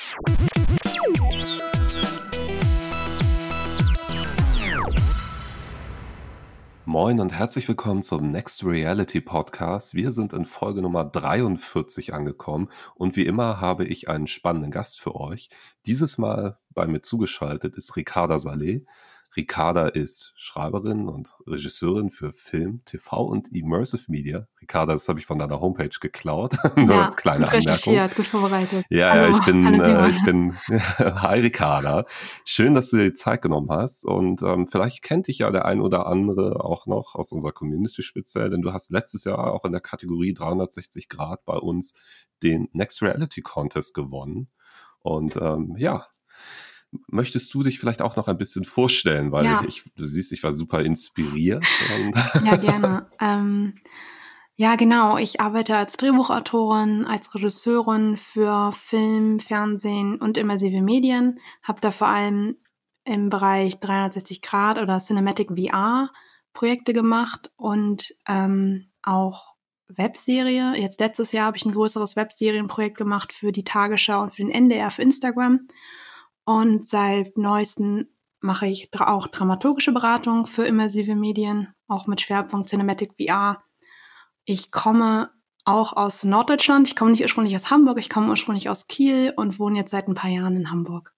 Moin und herzlich willkommen zum Next Reality Podcast. Wir sind in Folge Nummer 43 angekommen und wie immer habe ich einen spannenden Gast für euch. Dieses Mal bei mir zugeschaltet ist Ricarda Saleh. Ricarda ist Schreiberin und Regisseurin für Film, TV und Immersive Media. Ricarda, das habe ich von deiner Homepage geklaut, nur als Ja, kleine gut Anmerkung. recherchiert, gut vorbereitet. Ja, Hallo, ich bin, hallo ich Simon. bin, hi Ricarda. Schön, dass du dir die Zeit genommen hast und vielleicht kennt dich ja der ein oder andere auch noch aus unserer Community speziell, denn du hast letztes Jahr auch in der Kategorie 360 Grad bei uns den Next Reality Contest gewonnen. Und ja, möchtest du dich vielleicht auch noch ein bisschen vorstellen, weil Ja, du siehst, ich war super inspiriert und ja, gerne. Ja, genau. Ich arbeite als Drehbuchautorin, als Regisseurin für Film, Fernsehen und immersive Medien. Habe da vor allem im Bereich 360 Grad oder Cinematic VR Projekte gemacht und auch Webserie. Jetzt letztes Jahr habe ich ein größeres Webserienprojekt gemacht für die Tagesschau und für den NDR für Instagram. Und seit neuestem mache ich auch dramaturgische Beratung für immersive Medien, auch mit Schwerpunkt Cinematic VR. Ich komme auch aus Norddeutschland. Ich komme nicht ursprünglich aus Hamburg, ich komme ursprünglich aus Kiel und wohne jetzt seit ein paar Jahren in Hamburg.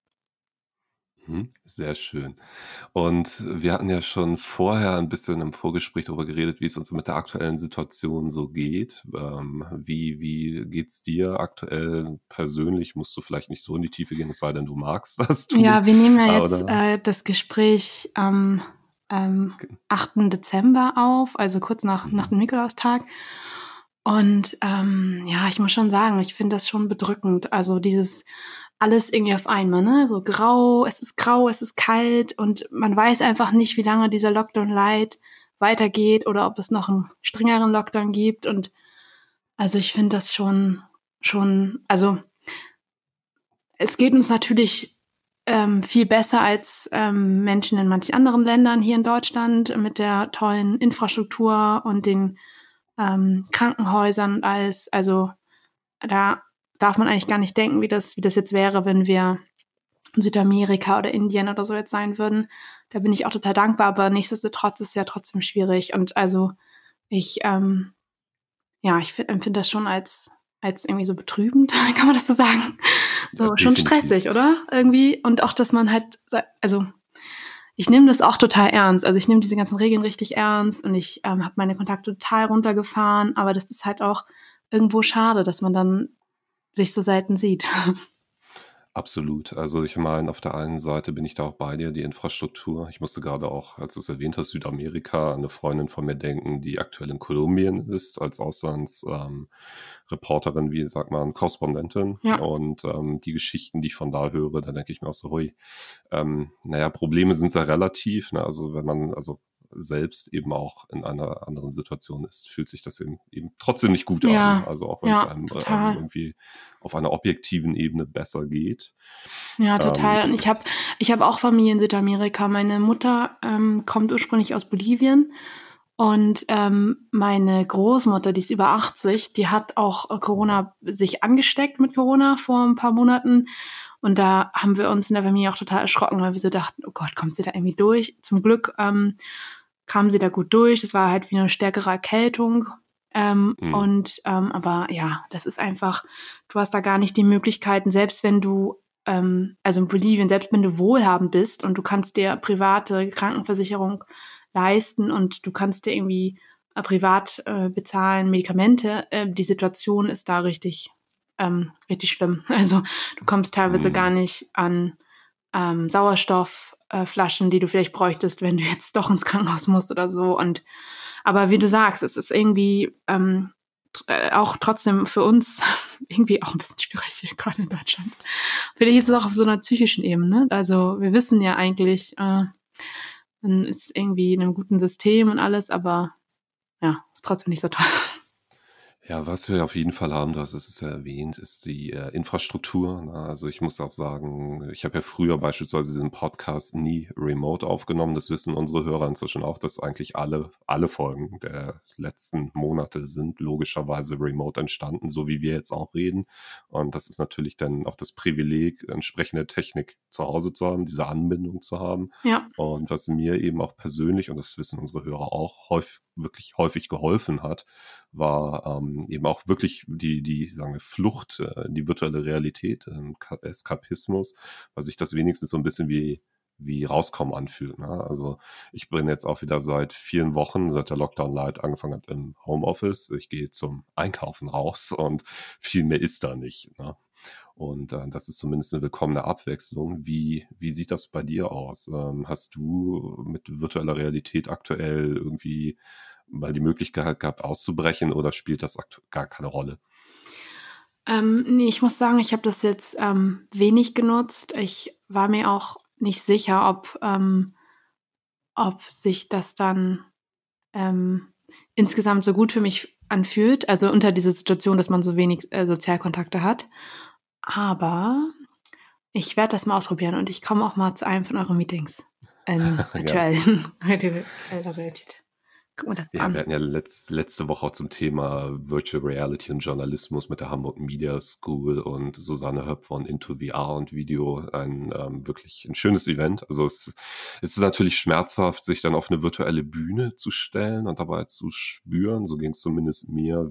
Sehr schön. Und wir hatten ja schon vorher ein bisschen im Vorgespräch darüber geredet, wie es uns mit der aktuellen Situation so geht. Wie geht's dir aktuell persönlich? Musst du vielleicht nicht so in die Tiefe gehen, es sei denn, du magst das tun. Ja, wir nehmen ja jetzt Oder? das Gespräch am 8. Dezember auf, also kurz nach Mhm. dem Nikolaustag. Und ja, ich muss schon sagen, ich finde das schon bedrückend. Also dieses alles irgendwie auf einmal, ne? So grau, es ist kalt und man weiß einfach nicht, wie lange dieser Lockdown Light weitergeht oder ob es noch einen strengeren Lockdown gibt. Und also ich finde das also es geht uns natürlich viel besser als Menschen in manchen anderen Ländern hier in Deutschland mit der tollen Infrastruktur und den Krankenhäusern und alles. Also da darf man eigentlich gar nicht denken, wie das jetzt wäre, wenn wir in Südamerika oder Indien oder so jetzt sein würden. Da bin ich auch total dankbar, aber nichtsdestotrotz ist es ja trotzdem schwierig. Und also ich, ja, ich empfinde das schon als irgendwie so betrübend, kann man das so sagen? Ja, So, schon definitiv. stressig, oder? Irgendwie. Und auch, dass man halt, also ich nehme das auch total ernst. Also ich nehme diese ganzen Regeln richtig ernst und ich habe meine Kontakte total runtergefahren. Aber das ist halt auch irgendwo schade, dass man dann sich so selten sieht. Absolut. Also ich meine, auf der einen Seite bin ich da auch bei dir, die Infrastruktur. Ich musste gerade auch, als du es erwähnt hast, Südamerika, an eine Freundin von mir denken, die aktuell in Kolumbien ist, als Reporterin, wie sagt man, Korrespondentin. Ja, Und die Geschichten, die ich von da höre, da denke ich mir auch so, hui, naja, Probleme sind sehr relativ. Ne? Also wenn man selbst eben auch in einer anderen Situation ist, fühlt sich das eben trotzdem nicht gut an. ja, Also auch wenn es ja, einem total. irgendwie auf einer objektiven Ebene besser geht. Ja, total. Und Es ist, ich hab auch Familie in Südamerika. Meine Mutter kommt ursprünglich aus Bolivien und meine Großmutter, die ist über 80, die hat auch Corona sich angesteckt mit Corona vor ein paar Monaten. Und da haben wir uns in der Familie auch total erschrocken, weil wir so dachten, oh Gott, kommt sie da irgendwie durch? Zum Glück kam sie da gut durch. Das war halt wie eine stärkere Erkältung. mh, Aber ja, das ist einfach, du hast da gar nicht die Möglichkeiten, selbst wenn du also in Bolivien, selbst wenn du wohlhabend bist und du kannst dir private Krankenversicherung leisten und du kannst dir irgendwie privat bezahlen, Medikamente, die Situation ist da richtig schlimm. Also du kommst teilweise gar mh. nicht an Sauerstoffflaschen, die du vielleicht bräuchtest, wenn du jetzt doch ins Krankenhaus musst oder so. Aber wie du sagst, es ist irgendwie auch trotzdem für uns irgendwie auch ein bisschen schwierig hier gerade in Deutschland. Vielleicht ist es auch auf so einer psychischen Ebene. Also wir wissen ja eigentlich, man ist irgendwie in einem guten System und alles, aber ja, ist trotzdem nicht so toll. Ja, was wir auf jeden Fall haben, du hast es ja erwähnt, ist die, Infrastruktur, ne? Also, ich muss auch sagen, ich habe ja früher beispielsweise diesen Podcast nie remote aufgenommen. Das wissen unsere Hörer inzwischen auch, dass eigentlich alle Folgen der letzten Monate sind logischerweise remote entstanden, so wie wir jetzt auch reden. Und das ist natürlich dann auch das Privileg, entsprechende Technik zu Hause zu haben, diese Anbindung zu haben. Ja. Und was mir eben auch persönlich, und das wissen unsere Hörer auch, wirklich häufig geholfen hat, war eben auch wirklich die sagen wir, Flucht in die virtuelle Realität, Eskapismus, weil sich das wenigstens so ein bisschen wie rauskommen anfühlt. Ne? Also ich bin jetzt auch wieder seit vielen Wochen, seit der Lockdown Light angefangen hat, im Homeoffice. Ich gehe zum Einkaufen raus und viel mehr ist da nicht. Ne? Und das ist zumindest eine willkommene Abwechslung. Wie sieht das bei dir aus? Hast du mit virtueller Realität aktuell irgendwie mal die Möglichkeit gehabt, auszubrechen oder spielt das gar keine Rolle? Nee, ich muss sagen, ich habe das jetzt wenig genutzt. Ich war mir auch nicht sicher, ob sich das dann insgesamt so gut für mich anfühlt. Also unter dieser Situation, dass man so wenig Sozialkontakte hat. Aber ich werde das mal ausprobieren und ich komme auch mal zu einem von euren Meetings in Ja. virtueller Realität. Guck mir das Ja, wir an. hatten ja letzte Woche auch zum Thema Virtual Reality und Journalismus mit der Hamburg Media School und Susanne Höpp von Into VR und Video wirklich ein schönes Event. Also es ist natürlich schmerzhaft, sich dann auf eine virtuelle Bühne zu stellen und dabei zu spüren, so ging es zumindest mir,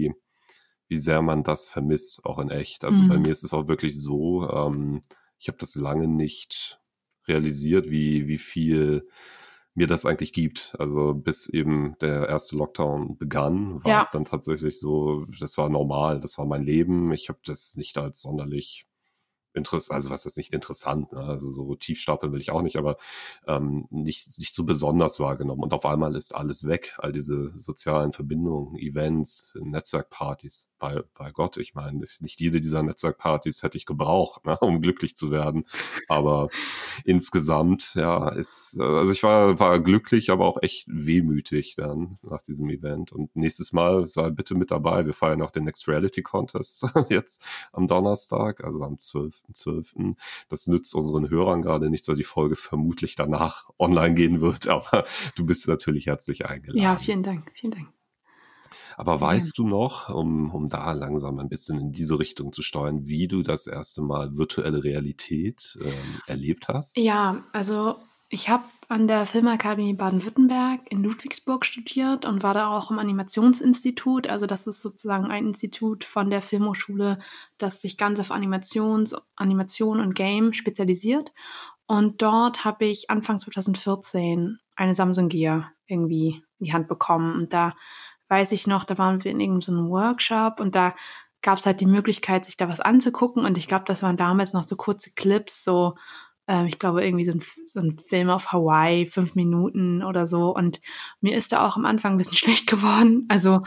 wie sehr man das vermisst, auch in echt. Also bei Mhm. mir ist es auch wirklich so, ich habe das lange nicht realisiert, wie viel mir das eigentlich gibt. Also bis eben der erste Lockdown begann, war es Ja, dann tatsächlich so, das war normal, das war mein Leben. Ich habe das nicht als sonderlich also was ist nicht interessant, ne? Also so tief stapeln will ich auch nicht, aber nicht so besonders wahrgenommen. Und auf einmal ist alles weg, all diese sozialen Verbindungen, Events, Netzwerkpartys. Bei Gott, ich meine, nicht jede dieser Netzwerkpartys hätte ich gebraucht, ne, um glücklich zu werden. Aber insgesamt, ja, also ich war glücklich, aber auch echt wehmütig dann nach diesem Event. Und nächstes Mal sei bitte mit dabei. Wir feiern auch den Next Reality Contest jetzt am Donnerstag, also am 12.12. Das nützt unseren Hörern gerade nichts, weil die Folge vermutlich danach online gehen wird. Aber du bist natürlich herzlich ja, eingeladen. vielen Dank, vielen Dank. Aber Sehr gern. weißt du noch, um da langsam ein bisschen in diese Richtung zu steuern, wie du das erste Mal virtuelle Realität erlebt hast? Ja, also ich habe an der Filmakademie Baden-Württemberg in Ludwigsburg studiert und war da auch im Animationsinstitut. Also das ist sozusagen ein Institut von der Filmhochschule, das sich ganz auf Animation und Game spezialisiert. Und dort habe ich Anfang 2014 eine Samsung Gear irgendwie in die Hand bekommen. Und da weiß ich noch, da waren wir in irgendeinem so einem Workshop und da gab es halt die Möglichkeit, sich da was anzugucken. Und ich glaube, das waren damals noch so kurze Clips, so ich glaube, irgendwie so ein Film auf Hawaii, 5 Minuten oder so. Und mir ist da auch am Anfang ein bisschen schlecht geworden. Also,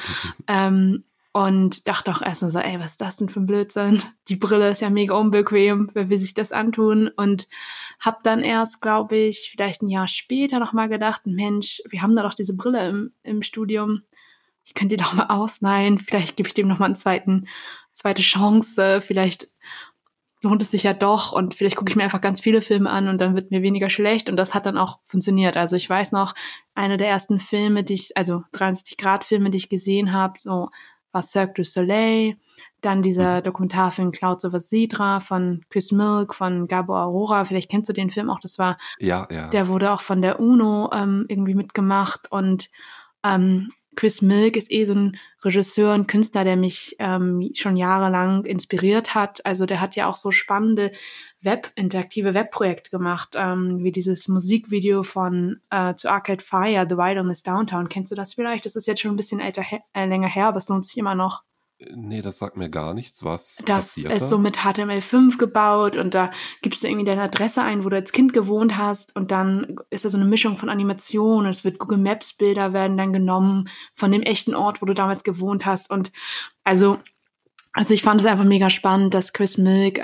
und dachte auch erst mal so, ey, was ist das denn für ein Blödsinn? Die Brille ist ja mega unbequem, wer will sich das antun? Und habe dann erst, glaube ich, vielleicht ein Jahr später nochmal gedacht, Mensch, wir haben da doch diese Brille im Studium. Ich könnte die doch mal ausleihen. Vielleicht gebe ich dem nochmal zweite Chance. Vielleicht lohnt es sich ja doch und vielleicht gucke ich mir einfach ganz viele Filme an und dann wird mir weniger schlecht und das hat dann auch funktioniert. Also ich weiß noch, einer der ersten Filme, also 63-Grad-Filme, die ich gesehen habe, so war Cirque du Soleil, dann Mhm. dieser Dokumentarfilm Clouds over Sidra von Chris Milk, von Gabor Aurora, vielleicht kennst du den Film auch, Ja, ja. der wurde auch von der UNO irgendwie mitgemacht und Chris Milk ist so ein Regisseur und Künstler, der mich schon jahrelang inspiriert hat. Also der hat ja auch so spannende interaktive Webprojekte gemacht, wie dieses Musikvideo zu Arcade Fire, The Wilderness Downtown. Kennst du das vielleicht? Das ist jetzt schon ein bisschen länger her, aber es lohnt sich immer noch. Ne, das sagt mir gar nichts. Was Das passiert ist so da? mit HTML5 gebaut und da gibst du irgendwie deine Adresse ein, wo du als Kind gewohnt hast und dann ist da so eine Mischung von Animationen und es wird Google Maps Bilder werden dann genommen von dem echten Ort, wo du damals gewohnt hast und also also ich fand es einfach mega spannend, dass Chris Milk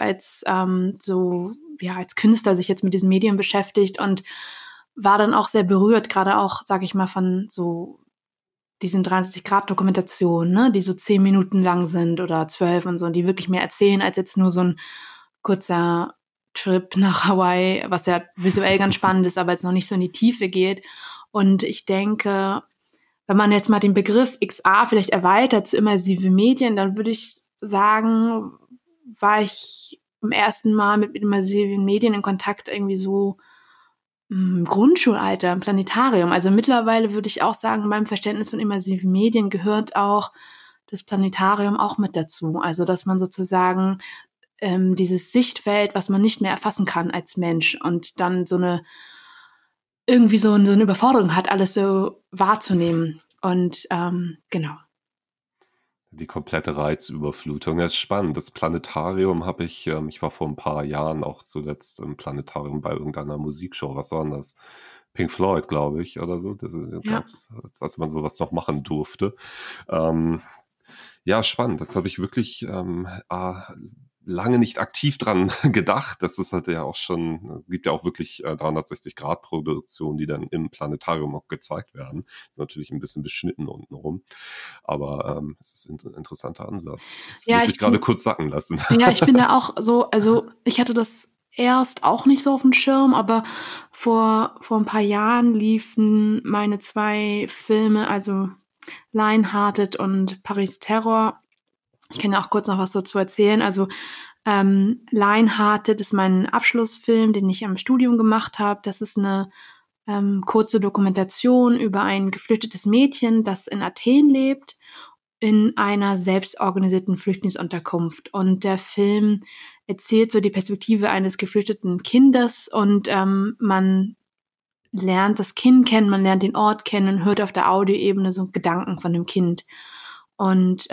als Künstler sich jetzt mit diesen Medien beschäftigt und war dann auch sehr berührt, gerade auch, sage ich mal, von so diesen 63-Grad-Dokumentationen, ne, die so 10 Minuten lang sind oder 12 und so, und die wirklich mehr erzählen als jetzt nur so ein kurzer Trip nach Hawaii, was ja visuell ganz spannend ist, aber jetzt noch nicht so in die Tiefe geht. Und ich denke, wenn man jetzt mal den Begriff XR vielleicht erweitert zu immersive Medien, dann würde ich sagen, war ich im ersten Mal mit immersiven Medien in Kontakt irgendwie so im Grundschulalter, im Planetarium. Also mittlerweile würde ich auch sagen, beim Verständnis von immersiven Medien gehört auch das Planetarium auch mit dazu. Also dass man sozusagen dieses Sichtfeld, was man nicht mehr erfassen kann als Mensch, und dann so eine irgendwie so eine Überforderung hat, alles so wahrzunehmen. Und genau. Die komplette Reizüberflutung. Das ist spannend. Das Planetarium habe ich war vor ein paar Jahren auch zuletzt im Planetarium bei irgendeiner Musikshow. Was war denn das? Pink Floyd, glaube ich, oder so. Das Ja. gab's, als man sowas noch machen durfte. Ähm, ja, spannend. Das habe ich wirklich lange nicht aktiv dran gedacht. Das ist halt ja auch schon, gibt ja auch wirklich 360-Grad-Produktionen, die dann im Planetarium auch gezeigt werden. Ist natürlich ein bisschen beschnitten untenrum. Aber es ist ein interessanter Ansatz. Das Ja, muss ich gerade kurz sacken lassen. ich bin da auch so, also ich hatte das erst auch nicht so auf dem Schirm, aber vor ein paar Jahren liefen meine 2 Filme, also Lionhearted und Paris Terror. Ich kann ja auch kurz noch was dazu erzählen. Also Lionhearted ist mein Abschlussfilm, den ich am Studium gemacht habe. Das ist eine kurze Dokumentation über ein geflüchtetes Mädchen, das in Athen lebt, in einer selbstorganisierten Flüchtlingsunterkunft. Und der Film erzählt so die Perspektive eines geflüchteten Kindes, und man lernt das Kind kennen, man lernt den Ort kennen und hört auf der Audioebene so Gedanken von dem Kind. Und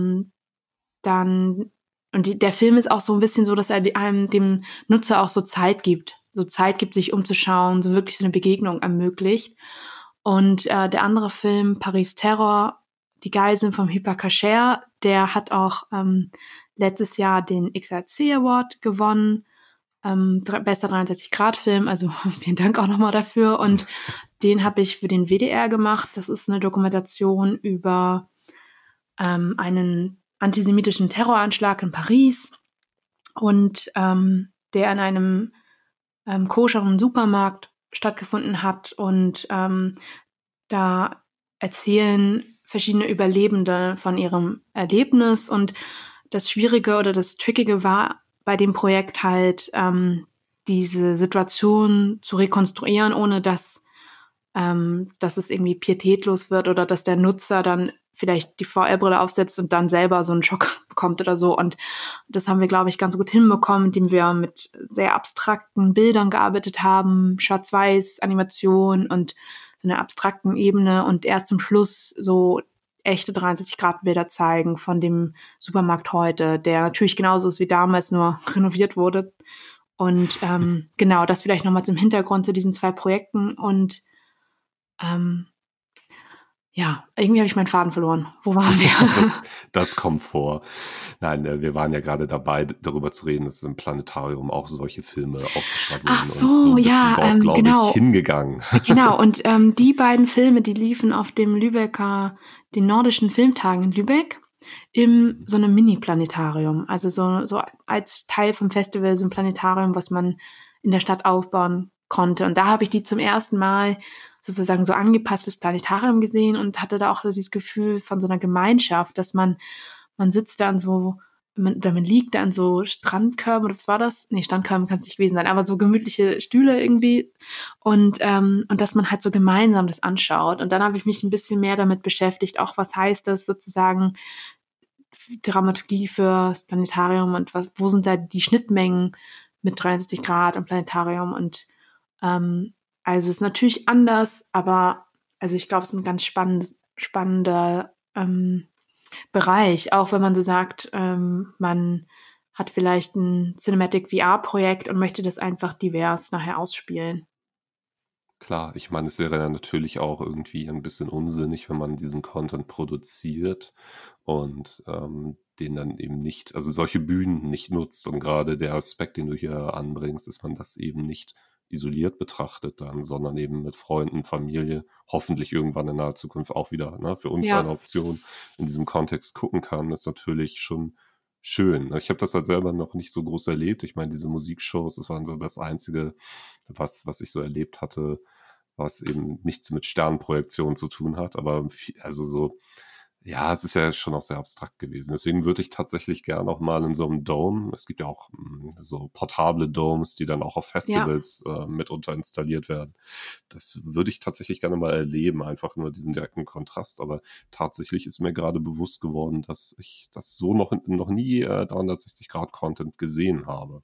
der Film ist auch so ein bisschen so, dass er einem, dem Nutzer auch so Zeit gibt. So Zeit gibt, sich umzuschauen, so wirklich so eine Begegnung ermöglicht. Und der andere Film, Paris Terror, die Geiseln vom Hypercacher, der hat auch letztes Jahr den XRC Award gewonnen. Bester 63-Grad-Film, also vielen Dank auch nochmal dafür. Und den habe ich für den WDR gemacht. Das ist eine Dokumentation über einen antisemitischen Terroranschlag in Paris, und der in einem koscheren Supermarkt stattgefunden hat. Und da erzählen verschiedene Überlebende von ihrem Erlebnis. Und das Schwierige oder das Trickige war bei dem Projekt halt, diese Situation zu rekonstruieren, ohne dass es irgendwie pietätlos wird oder dass der Nutzer dann vielleicht die VR-Brille aufsetzt und dann selber so einen Schock bekommt oder so. Und das haben wir, glaube ich, ganz gut hinbekommen, indem wir mit sehr abstrakten Bildern gearbeitet haben, Schwarz-Weiß, Animation und so einer abstrakten Ebene, und erst zum Schluss so echte 63-Grad-Bilder zeigen von dem Supermarkt heute, der natürlich genauso ist wie damals, nur renoviert wurde. Und genau, das vielleicht nochmal zum Hintergrund zu diesen 2 Projekten. Und ja, irgendwie habe ich meinen Faden verloren. Wo waren wir? Das kommt vor. Nein, wir waren ja gerade dabei, darüber zu reden, dass im Planetarium auch solche Filme ausgestrahlt Ach wurden, und so so, bist du ja, dort, glaube ich, genau. hingegangen. Genau, und die beiden Filme, die liefen auf dem den Nordischen Filmtagen in Lübeck, im so einem Mini-Planetarium. Also so als Teil vom Festival, so ein Planetarium, was man in der Stadt aufbauen konnte. Und da habe ich die zum ersten Mal sozusagen so angepasst fürs Planetarium gesehen und hatte da auch so dieses Gefühl von so einer Gemeinschaft, dass man sitzt da an so, man liegt da an so Strandkörben, oder was war das? Nee, Strandkörben kann es nicht gewesen sein, aber so gemütliche Stühle irgendwie, und dass man halt so gemeinsam das anschaut. Und dann habe ich mich ein bisschen mehr damit beschäftigt, auch was heißt das sozusagen Dramaturgie fürs Planetarium, und wo sind da die Schnittmengen mit 63 Grad im Planetarium. Und also es ist natürlich anders, aber also ich glaube, es ist ein ganz spannender Bereich, auch wenn man so sagt, man hat vielleicht ein Cinematic VR-Projekt und möchte das einfach divers nachher ausspielen. Klar, ich meine, es wäre ja natürlich auch irgendwie ein bisschen unsinnig, wenn man diesen Content produziert und den dann eben nicht, also solche Bühnen nicht nutzt. Und gerade der Aspekt, den du hier anbringst, dass man das eben nicht isoliert betrachtet dann, sondern eben mit Freunden, Familie, hoffentlich irgendwann in naher Zukunft auch wieder, ne, für uns Ja. eine Option in diesem Kontext gucken kann, ist natürlich schon schön. Ich habe das halt selber noch nicht so groß erlebt. Ich meine, diese Musikshows, das war so das Einzige, was ich so erlebt hatte, was eben nichts mit Sternenprojektion zu tun hat, aber also so, ja, es ist ja schon auch sehr abstrakt gewesen. Deswegen würde ich tatsächlich gerne auch mal in so einem Dome, es gibt ja auch so portable Domes, die dann auch auf Ja. Festivals mitunter installiert werden. Das würde ich tatsächlich gerne mal erleben, einfach nur diesen direkten Kontrast. Aber tatsächlich ist mir gerade bewusst geworden, dass ich das so noch nie 360-Grad-Content gesehen habe.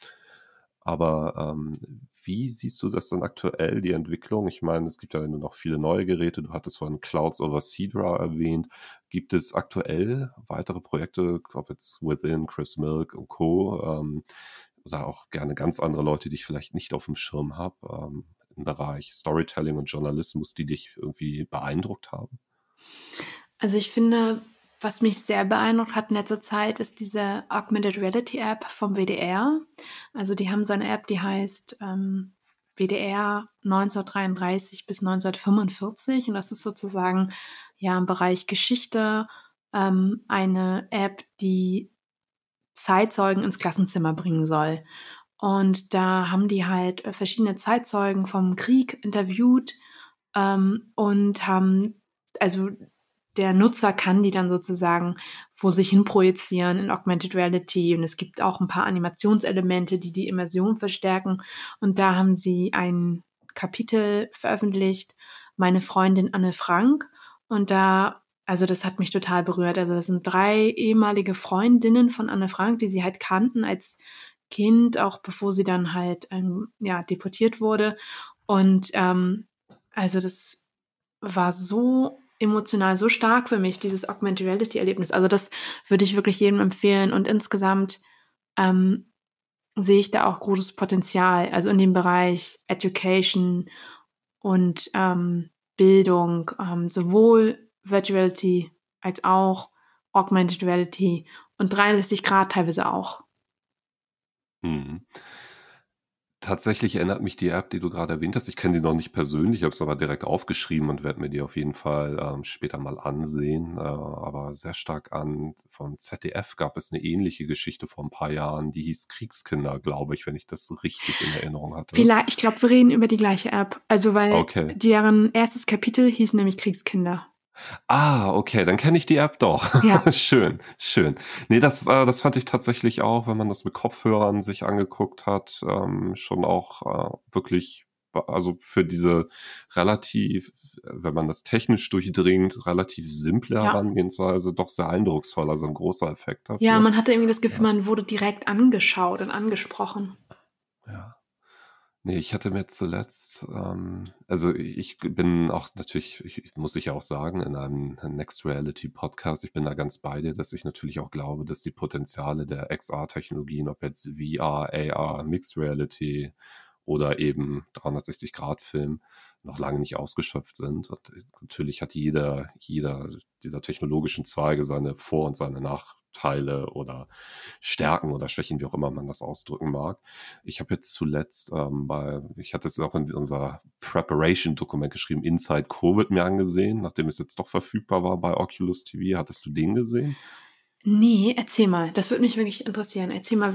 Aber wie siehst du das dann aktuell, die Entwicklung? Ich meine, es gibt ja nur noch viele neue Geräte. Du hattest vorhin Clouds over Sidra erwähnt. Gibt es aktuell weitere Projekte, ob jetzt Within, Chris Milk und Co. Oder auch gerne ganz andere Leute, die ich vielleicht nicht auf dem Schirm habe, im Bereich Storytelling und Journalismus, die dich irgendwie beeindruckt haben? Also ich finde, was mich sehr beeindruckt hat in letzter Zeit, ist diese Augmented Reality App vom WDR. Also die haben so eine App, die heißt WDR 1933 bis 1945 und das ist sozusagen ja im Bereich Geschichte eine App, die Zeitzeugen ins Klassenzimmer bringen soll. Und da haben die halt verschiedene Zeitzeugen vom Krieg interviewt und haben, also der Nutzer kann die dann sozusagen vor sich hin projizieren in Augmented Reality und es gibt auch ein paar Animationselemente, die die Immersion verstärken. Und da haben sie ein Kapitel veröffentlicht, Meine Freundin Anne Frank. Und da, also das hat mich total berührt. Also das sind 3 ehemalige Freundinnen von Anne Frank, die sie halt kannten als Kind, auch bevor sie dann halt ja, deportiert wurde. Und also das war so emotional, so stark für mich, dieses Augmented Reality-Erlebnis. Also das würde ich wirklich jedem empfehlen. Und insgesamt sehe ich da auch großes Potenzial, also in dem Bereich Education und Bildung, sowohl Virtuality als auch Augmented Reality und 360 Grad teilweise auch. Mhm. Tatsächlich erinnert mich die App, die du gerade erwähnt hast, ich kenne die noch nicht persönlich, habe es aber direkt aufgeschrieben und werde mir die auf jeden Fall später mal ansehen, aber sehr stark an, vom ZDF gab es eine ähnliche Geschichte vor ein paar Jahren, die hieß Kriegskinder, glaube ich, wenn ich das so richtig in Erinnerung hatte. Vielleicht, ich glaube, wir reden über die gleiche App. Also, weil Okay. deren erstes Kapitel hieß nämlich Kriegskinder. Okay, dann kenne ich die App doch. Ja, Schön, schön. Ne, das fand ich tatsächlich auch, wenn man das mit Kopfhörern sich angeguckt hat, schon auch wirklich, also für diese relativ, wenn man das technisch durchdringt, relativ simple ja. Herangehensweise doch sehr eindrucksvoll, also ein großer Effekt Ja, dafür. man hatte irgendwie das Gefühl, Ja, man wurde direkt angeschaut und angesprochen. ja. Ne, ich hatte mir zuletzt, also ich bin auch natürlich, muss ich ja auch sagen, in einem Next Reality Podcast, ich bin da ganz bei dir, dass ich natürlich auch glaube, dass die Potenziale der XR-Technologien, ob jetzt VR, AR, Mixed Reality oder eben 360-Grad-Film, noch lange nicht ausgeschöpft sind. Und natürlich hat jeder dieser technologischen Zweige seine Vor- und seine Nachteile oder Stärken oder Schwächen, wie auch immer man das ausdrücken mag. Ich habe jetzt zuletzt ich hatte es auch in unser Preparation-Dokument geschrieben, Inside Covid mir angesehen, nachdem es jetzt doch verfügbar war bei Oculus TV. Hattest du den gesehen? Nee, erzähl mal. Das würde mich wirklich interessieren. Erzähl mal,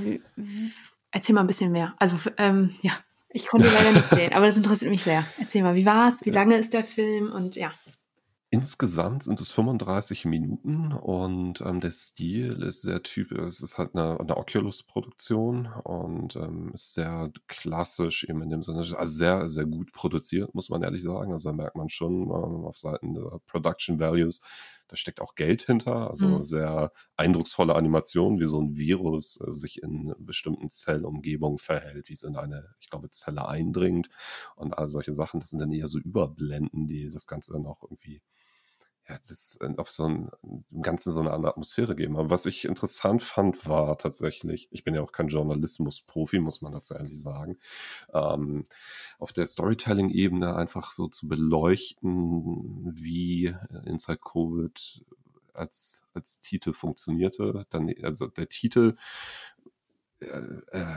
erzähl mal ein bisschen mehr. Also, ja, ich konnte ihn leider nicht sehen, aber das interessiert mich sehr. Erzähl mal, wie war's? Wie lange ist der Film? Und ja. Insgesamt sind es 35 Minuten und der Stil ist sehr typisch. Es ist halt eine Oculus-Produktion und ist sehr klassisch eben in dem Sinne, also sehr, sehr gut produziert, muss man ehrlich sagen. Also da merkt man schon auf Seiten der Production Values, da steckt auch Geld hinter, also Mhm. sehr eindrucksvolle Animation, wie so ein Virus sich in bestimmten Zellumgebungen verhält, wie es in eine, ich glaube, Zelle eindringt und all solche Sachen. Das sind dann eher so Überblenden, die das Ganze dann auch irgendwie, ja, das auf so im Ganzen so eine andere Atmosphäre geben. Aber was ich interessant fand, war tatsächlich, ich bin ja auch kein Journalismus-Profi, muss man dazu ehrlich sagen, ähm, auf der Storytelling-Ebene einfach so zu beleuchten, wie Inside Covid als Titel funktionierte. Dann, also der Titel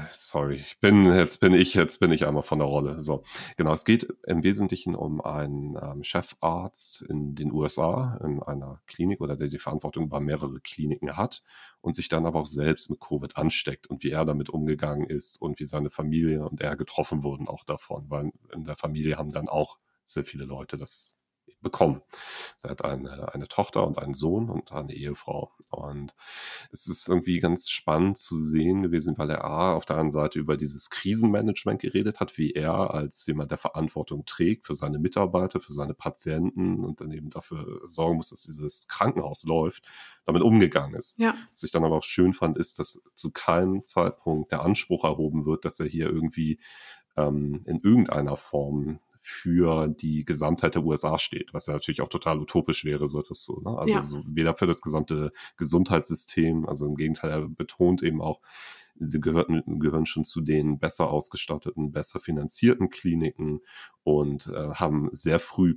sorry, jetzt bin ich einmal von der Rolle. So, genau, es geht im Wesentlichen um einen Chefarzt in den USA, in einer Klinik oder der die Verantwortung über mehrere Kliniken hat und sich dann aber auch selbst mit Covid ansteckt und wie er damit umgegangen ist und wie seine Familie und er getroffen wurden auch davon, weil in der Familie haben dann auch sehr viele Leute das bekommen. Sie hat eine Tochter und einen Sohn und eine Ehefrau. Und es ist irgendwie ganz spannend zu sehen gewesen, weil er auf der einen Seite über dieses Krisenmanagement geredet hat, wie er als jemand, der Verantwortung trägt für seine Mitarbeiter, für seine Patienten und dann eben dafür sorgen muss, dass dieses Krankenhaus läuft, damit umgegangen ist. Ja. Was ich dann aber auch schön fand, ist, dass zu keinem Zeitpunkt der Anspruch erhoben wird, dass er hier irgendwie in irgendeiner Form für die Gesamtheit der USA steht, was ja natürlich auch total utopisch wäre, so etwas so. Ne? Also so weder für das gesamte Gesundheitssystem, also im Gegenteil, er betont eben auch, sie gehören schon zu den besser ausgestatteten, besser finanzierten Kliniken und haben sehr früh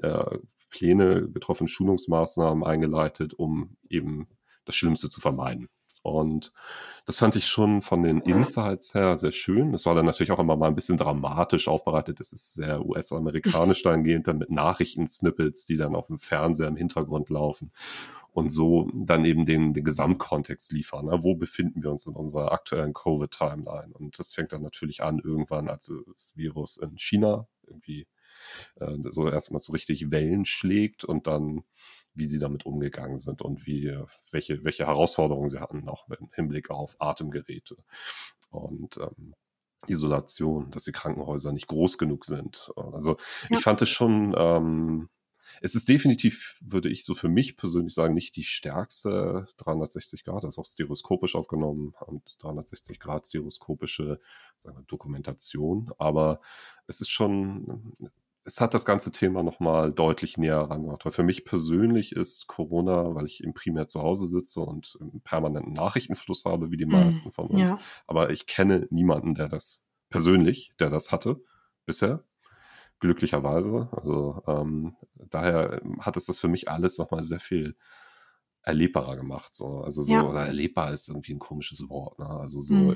Pläne getroffen, Schulungsmaßnahmen eingeleitet, um eben das Schlimmste zu vermeiden. Und das fand ich schon von den Insights her sehr schön. Das war dann natürlich auch immer mal ein bisschen dramatisch aufbereitet. Das ist sehr US-amerikanisch dahingehend, dann mit Nachrichtensnippets, die dann auf dem Fernseher im Hintergrund laufen und so dann eben den Gesamtkontext liefern. Ne? Wo befinden wir uns in unserer aktuellen Covid-Timeline? Und das fängt dann natürlich an irgendwann, als das Virus in China irgendwie so erstmal so richtig Wellen schlägt und dann wie sie damit umgegangen sind und welche Herausforderungen sie hatten, auch im Hinblick auf Atemgeräte und Isolation, dass die Krankenhäuser nicht groß genug sind. Also ich fand es schon, es ist definitiv, würde ich so für mich persönlich sagen, nicht die stärkste 360 Grad, das ist auch stereoskopisch aufgenommen und 360 Grad stereoskopische, sagen wir, Dokumentation, aber es ist schon, es hat das ganze Thema nochmal deutlich näher herangemacht. Weil für mich persönlich ist Corona, weil ich eben primär zu Hause sitze und einen permanenten Nachrichtenfluss habe, wie die meisten von uns. Ja. Aber ich kenne niemanden, der das hatte bisher. Glücklicherweise. Also daher hat es das für mich alles nochmal sehr viel erlebbarer gemacht. So. Also so, oder erlebbar ist irgendwie ein komisches Wort. Ne? Also so,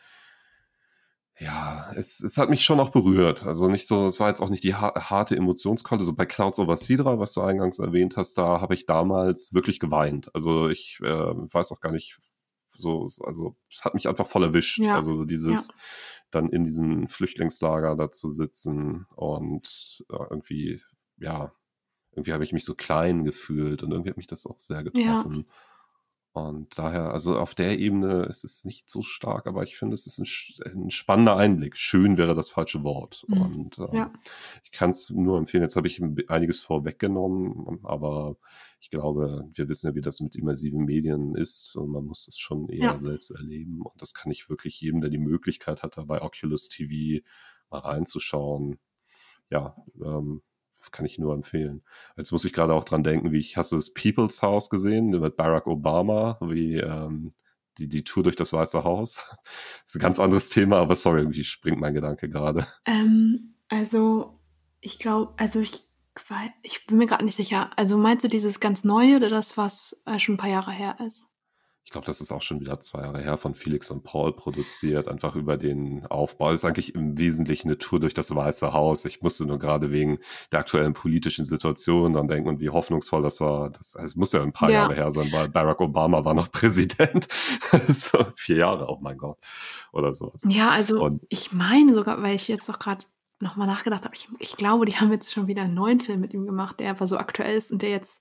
ja, es hat mich schon auch berührt. Also nicht so, es war jetzt auch nicht die harte Emotionskeule. So bei Clouds over Sidra, was du eingangs erwähnt hast, da habe ich damals wirklich geweint. Also ich weiß auch gar nicht, so, also es hat mich einfach voll erwischt. Ja. Also dieses dann in diesem Flüchtlingslager da zu sitzen und irgendwie habe ich mich so klein gefühlt und irgendwie hat mich das auch sehr getroffen. Und daher, also auf der Ebene ist es nicht so stark, aber ich finde, es ist ein spannender Einblick. Schön wäre das falsche Wort. Und ich kann es nur empfehlen. Jetzt habe ich einiges vorweggenommen, aber ich glaube, wir wissen ja, wie das mit immersiven Medien ist und man muss es schon eher selbst erleben. Und das kann ich wirklich jedem, der die Möglichkeit hat, da bei Oculus TV mal reinzuschauen. Ja, kann ich nur empfehlen. Jetzt muss ich gerade auch dran denken, hast du das People's House gesehen mit Barack Obama, wie die Tour durch das Weiße Haus? Das ist ein ganz anderes Thema, aber sorry, irgendwie springt mein Gedanke gerade. Also ich glaube, ich bin mir gerade nicht sicher. Also meinst du dieses ganz Neue oder das, was schon ein paar Jahre her ist? Ich glaube, das ist auch schon wieder 2 Jahre her, von Felix und Paul produziert, einfach über den Aufbau. Das ist eigentlich im Wesentlichen eine Tour durch das Weiße Haus. Ich musste nur gerade wegen der aktuellen politischen Situation dann denken und wie hoffnungsvoll das war. Es muss ja ein paar Jahre her sein, weil Barack Obama war noch Präsident. So 4 Jahre, oh mein Gott. Oder sowas. Ja, also ich meine sogar, weil ich jetzt doch gerade nochmal nachgedacht habe, ich glaube, die haben jetzt schon wieder einen neuen Film mit ihm gemacht, der einfach so aktuell ist und der jetzt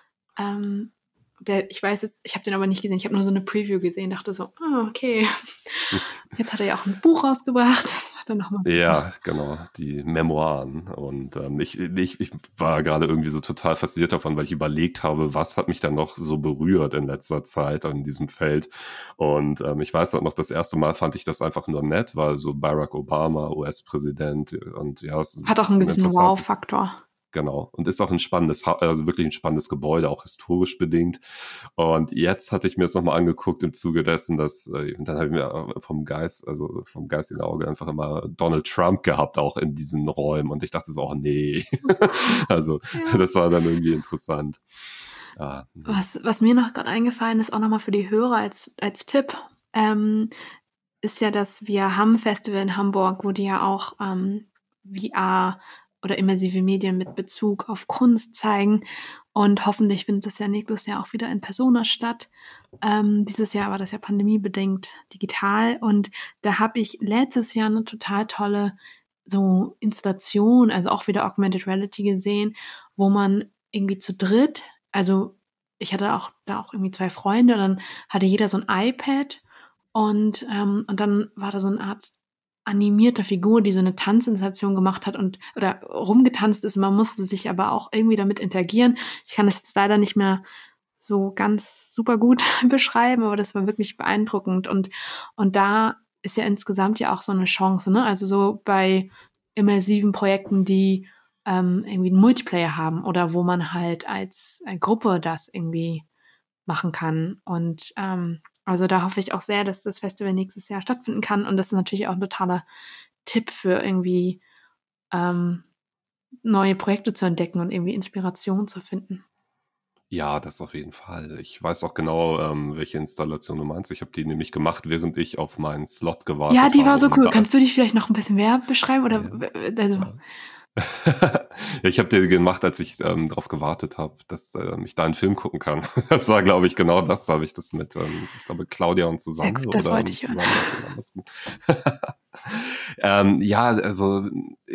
ich weiß jetzt, ich habe den aber nicht gesehen, ich habe nur so eine Preview gesehen, dachte so, okay, jetzt hat er ja auch ein Buch rausgebracht. Das war dann noch mal ja, genau, die Memoiren. Und ich war gerade irgendwie so total fasziniert davon, weil ich überlegt habe, was hat mich dann noch so berührt in letzter Zeit an diesem Feld. Und ich weiß auch noch, das erste Mal fand ich das einfach nur nett, weil so Barack Obama, US-Präsident und ja, es hat auch einen gewissen Wow-Faktor. Genau. Und ist auch also wirklich ein spannendes Gebäude, auch historisch bedingt. Und jetzt hatte ich mir das nochmal angeguckt im Zuge dessen, dass, dann habe ich mir vom geistigen Auge einfach immer Donald Trump gehabt, auch in diesen Räumen. Und ich dachte so, oh nee. Also, das war dann irgendwie interessant. Was mir noch gerade eingefallen ist, auch nochmal für die Hörer als Tipp. ist ja das Wir haben Festival in Hamburg, wo die ja auch VR oder immersive Medien mit Bezug auf Kunst zeigen. Und hoffentlich findet das ja nächstes Jahr auch wieder in Persona statt. Dieses Jahr war das ja pandemiebedingt digital. Und da habe ich letztes Jahr eine total tolle so Installation, also auch wieder Augmented Reality gesehen, wo man irgendwie zu dritt, also ich hatte auch da auch irgendwie 2 Freunde und dann hatte jeder so ein iPad und dann war da so eine Art animierter Figur, die so eine Tanzinstallation gemacht hat und oder rumgetanzt ist. Man musste sich aber auch irgendwie damit interagieren. Ich kann das jetzt leider nicht mehr so ganz super gut beschreiben, aber das war wirklich beeindruckend. Und da ist ja insgesamt ja auch so eine Chance, ne? Also so bei immersiven Projekten, die irgendwie einen Multiplayer haben oder wo man halt als Gruppe das irgendwie machen kann. Und also da hoffe ich auch sehr, dass das Festival nächstes Jahr stattfinden kann. Und das ist natürlich auch ein totaler Tipp für irgendwie ähm, neue Projekte zu entdecken und irgendwie Inspiration zu finden. Ja, das auf jeden Fall. Ich weiß auch genau, welche Installation du meinst. Ich habe die nämlich gemacht, während ich auf meinen Slot Ja, gewartet die war habe, so um cool. da Kannst du dich vielleicht noch ein bisschen mehr beschreiben? Oder ja, also, ja. Ja, ich habe den gemacht, als ich darauf gewartet habe, dass ich da einen Film gucken kann. Das war, glaube ich, genau das. Da habe ich das mit, ich glaube, Claudia und sehr Susanne gut, das oder wollte ich hören. Susanne und jemand anderem. Ja, also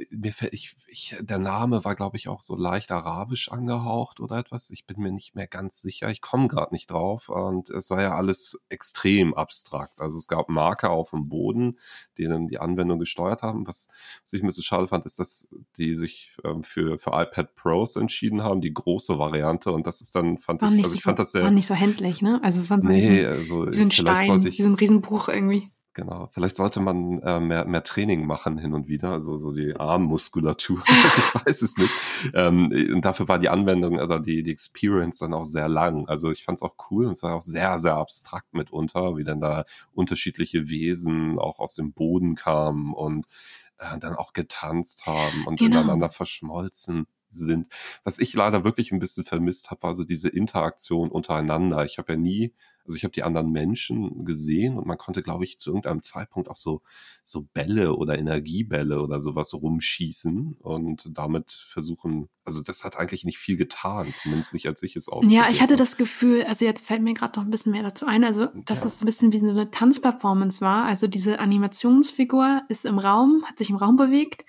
der Name war, glaube ich, auch so leicht arabisch angehaucht oder etwas. Ich bin mir nicht mehr ganz sicher. Ich komme gerade nicht drauf. Und es war ja alles extrem abstrakt. Also es gab Marker auf dem Boden, die dann die Anwendung gesteuert haben. Was ich ein bisschen schade fand, ist, dass die sich für iPad Pros entschieden haben, die große Variante. Und das ist dann, War nicht also so, ich fand das war sehr, nicht so händlich, ne? Also waren so nee, also wie so ein vielleicht sollte Stein, wie so ich ein Riesenbuch irgendwie. Genau, vielleicht sollte man mehr Training machen hin und wieder, also so die Armmuskulatur, also ich weiß es nicht. Und dafür war die Anwendung, also die Experience dann auch sehr lang. Also ich fand es auch cool und es war auch sehr, sehr abstrakt mitunter, wie dann da unterschiedliche Wesen auch aus dem Boden kamen und dann auch getanzt haben und Genau. ineinander verschmolzen sind. Was ich leider wirklich ein bisschen vermisst habe, war so diese Interaktion untereinander. Ich habe ja nie also ich habe die anderen Menschen gesehen und man konnte, glaube ich, zu irgendeinem Zeitpunkt auch so Bälle oder Energiebälle oder sowas rumschießen und damit versuchen, also das hat eigentlich nicht viel getan, zumindest nicht, als ich es Ja, ich ausprobiert hatte habe. das Gefühl, also jetzt fällt mir gerade noch ein bisschen mehr dazu ein, also dass Ja. es so ein bisschen wie so eine Tanzperformance war. Also diese Animationsfigur ist im Raum, hat sich im Raum bewegt,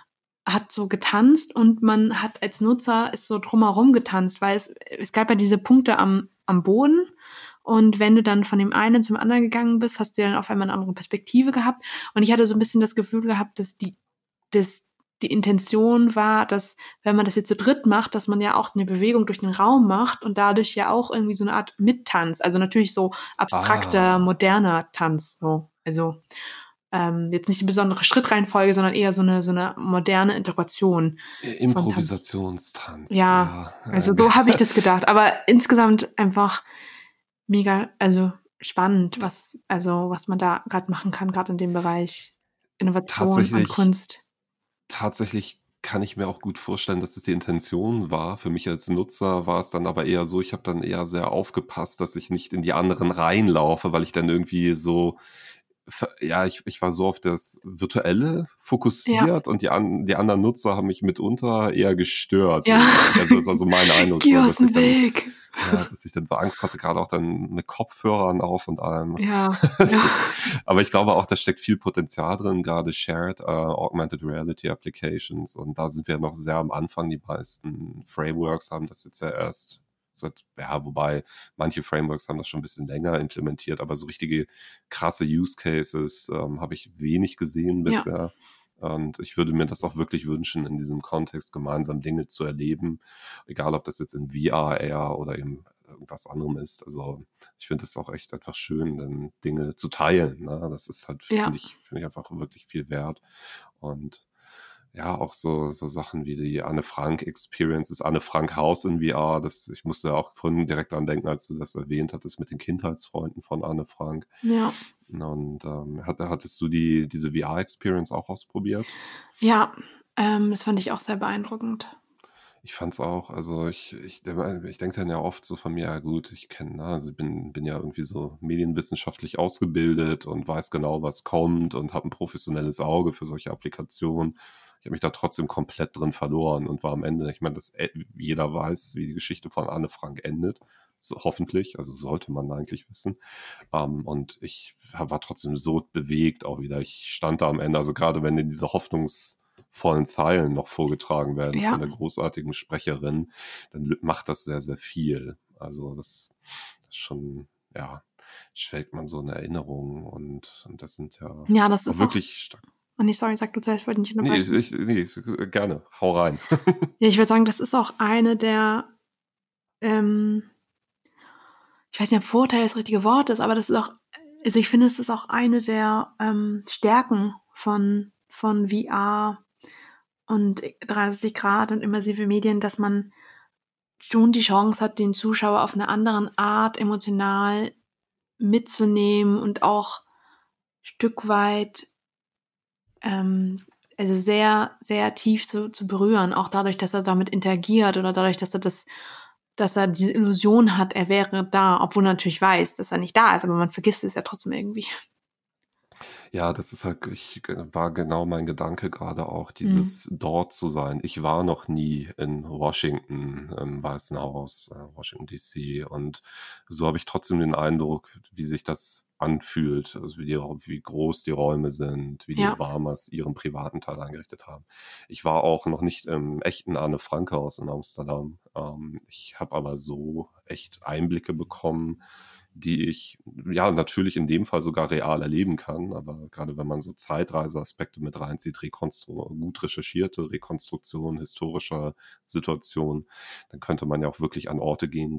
hat so getanzt und man hat als Nutzer ist so drumherum getanzt, weil es gab ja diese Punkte am Boden und wenn du dann von dem einen zum anderen gegangen bist, hast du dann auf einmal eine andere Perspektive gehabt und ich hatte so ein bisschen das Gefühl gehabt, dass die Intention war, dass wenn man das jetzt zu dritt macht, dass man ja auch eine Bewegung durch den Raum macht und dadurch ja auch irgendwie so eine Art Mittanz, also natürlich so abstrakter, Ah, moderner Tanz, so. Also jetzt nicht die besondere Schrittreihenfolge, sondern eher so eine moderne Interpretation von Tanz. Improvisationstanz, Ja, ja. also so habe ich das gedacht. Aber insgesamt einfach mega, also spannend, was man da gerade machen kann, gerade in dem Bereich Innovation und Tatsächlich Kunst. Tatsächlich kann ich mir auch gut vorstellen, dass es die Intention war. Für mich als Nutzer war es dann aber eher so, ich habe dann eher sehr aufgepasst, dass ich nicht in die anderen reinlaufe, weil ich dann irgendwie so ja, ich war so auf das Virtuelle Ja, fokussiert und die anderen Nutzer haben mich mitunter eher gestört ja. irgendwie. Also, das war so mein Eindruck Geh so, aus dass ich dem dann Weg. ja, dass ich dann so Angst hatte, gerade auch dann mit Kopfhörern auf und allem. Ja, ja. Das aber ich glaube auch, da steckt viel Potenzial drin, gerade Shared Augmented Reality Applications. Und da sind wir noch sehr am Anfang. Die meisten Frameworks haben das jetzt ja erst ja, wobei manche Frameworks haben das schon ein bisschen länger implementiert, aber so richtige krasse Use Cases habe ich wenig gesehen Ja, bisher. Und ich würde mir das auch wirklich wünschen, in diesem Kontext gemeinsam Dinge zu erleben, egal ob das jetzt in VR, AR oder eben irgendwas anderem ist. Also ich finde es auch echt einfach schön, dann Dinge zu teilen. Ne? Das ist halt, ja, finde ich einfach wirklich viel wert. Und ja, auch so Sachen wie die Anne Frank Experience, das Anne Frank Haus in VR. Ich musste auch vorhin direkt dran denken, als du das erwähnt hattest mit den Kindheitsfreunden von Anne Frank. ja. Und hattest du diese VR-Experience auch ausprobiert? Ja, das fand ich auch sehr beeindruckend. Ich fand's auch, also ich denke dann ja oft so von mir, ja gut, ich kenne, ne, also bin ja irgendwie so medienwissenschaftlich ausgebildet und weiß genau, was kommt und habe ein professionelles Auge für solche Applikationen. Ich habe mich da trotzdem komplett drin verloren und war am Ende, ich meine, jeder weiß, wie die Geschichte von Anne Frank endet. So, hoffentlich, also sollte man eigentlich wissen. Und ich war trotzdem so bewegt auch wieder. Ich stand da am Ende, also gerade wenn diese hoffnungsvollen Zeilen noch vorgetragen werden von Ja, der großartigen Sprecherin, dann macht das sehr, sehr viel. Also das ist schon, ja, schwelgt man so in Erinnerung und das sind ja ja, das auch ist auch, wirklich stark. oh nee, sorry, sag du zuerst, ich wollte nicht Nee, unterbrechen. nee, gerne, hau rein. Ja, ich würde sagen, das ist auch eine der, ähm, ich weiß nicht, ob Vorteil das richtige Wort ist, aber das ist auch, also ich finde, es ist auch eine der Stärken von VR und 360 Grad und immersive Medien, dass man schon die Chance hat, den Zuschauer auf eine andere Art emotional mitzunehmen und auch Stück weit, ähm, also sehr, sehr tief zu berühren, auch dadurch, dass er damit interagiert oder dadurch, dass er diese Illusion hat, er wäre da, obwohl er natürlich weiß, dass er nicht da ist, aber man vergisst es ja trotzdem irgendwie. Ja, das ist halt, war genau mein Gedanke gerade auch, Mhm. dieses dort zu sein. Ich war noch nie in Washington, im Weißen Haus, Washington DC, und so habe ich trotzdem den Eindruck, wie sich das anfühlt, also wie groß die Räume sind, wie die Ja, Obamas ihren privaten Teil eingerichtet haben. Ich war auch noch nicht im echten Anne Frank Haus in Amsterdam. Ich habe aber so echt Einblicke bekommen, die ich ja natürlich in dem Fall sogar real erleben kann, aber gerade wenn man so Zeitreiseaspekte mit reinzieht, gut recherchierte Rekonstruktion historischer Situationen, dann könnte man ja auch wirklich an Orte gehen,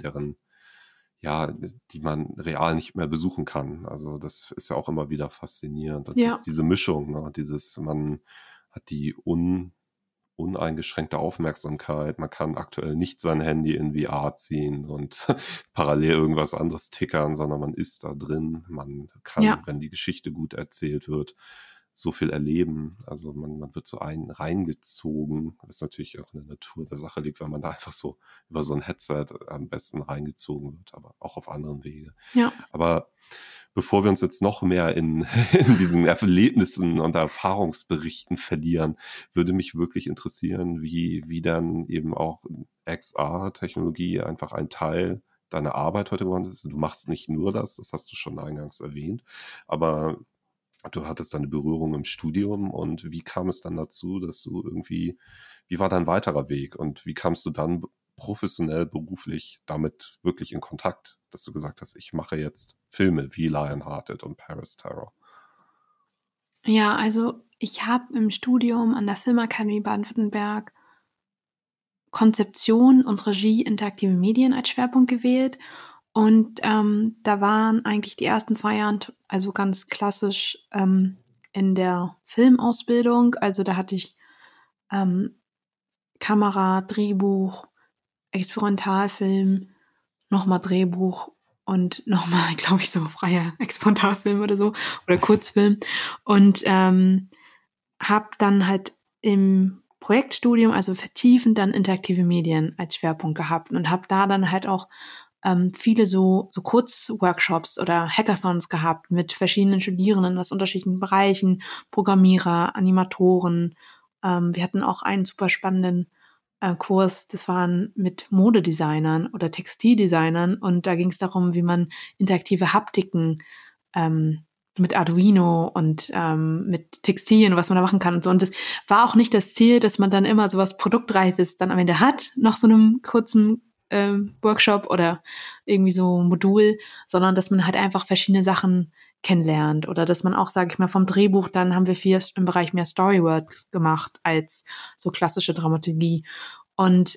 ja, die man real nicht mehr besuchen kann. Also das ist ja auch immer wieder faszinierend. Und ja, diese Mischung, ne, man hat die uneingeschränkte Aufmerksamkeit. Man kann aktuell nicht sein Handy in VR ziehen und parallel irgendwas anderes tickern, sondern man ist da drin. Man kann, ja, wenn die Geschichte gut erzählt wird, so viel erleben. Also man wird so reingezogen, was natürlich auch in der Natur der Sache liegt, weil man da einfach so über so ein Headset am besten reingezogen wird, aber auch auf anderen Wege. ja, Aber bevor wir uns jetzt noch mehr in diesen Erlebnissen und Erfahrungsberichten verlieren, würde mich wirklich interessieren, wie dann eben auch XR-Technologie einfach ein Teil deiner Arbeit heute geworden ist. Du machst nicht nur das hast du schon eingangs erwähnt, aber du hattest deine Berührung im Studium, und wie kam es dann dazu, dass du irgendwie, wie war dein weiterer Weg und wie kamst du dann professionell, beruflich damit wirklich in Kontakt, dass du gesagt hast, ich mache jetzt Filme wie Lionhearted und Paris Terror? ja, also ich habe im Studium an der Filmakademie Baden-Württemberg Konzeption und Regie interaktive Medien als Schwerpunkt gewählt. Und da waren eigentlich die ersten 2 Jahren also ganz klassisch in der Filmausbildung. Also da hatte ich ähm, Kamera, Drehbuch, Experimentalfilm, nochmal Drehbuch und nochmal, glaube ich, so freier Experimentalfilm oder so oder Kurzfilm. Und habe dann halt im Projektstudium, also vertiefend dann interaktive Medien als Schwerpunkt gehabt und habe da dann halt auch viele so Kurzworkshops oder Hackathons gehabt mit verschiedenen Studierenden aus unterschiedlichen Bereichen, Programmierer, Animatoren. Wir hatten auch einen super spannenden Kurs, das waren mit Modedesignern oder Textildesignern und da ging es darum, wie man interaktive Haptiken mit Arduino und mit Textilien, was man da machen kann und so. Und das war auch nicht das Ziel, dass man dann immer sowas Produktreifes dann am Ende hat, nach so einem kurzen Workshop oder irgendwie so Modul, sondern dass man halt einfach verschiedene Sachen kennenlernt oder dass man auch, sage ich mal, vom Drehbuch, dann haben wir viel im Bereich mehr Storywork gemacht als so klassische Dramaturgie. Und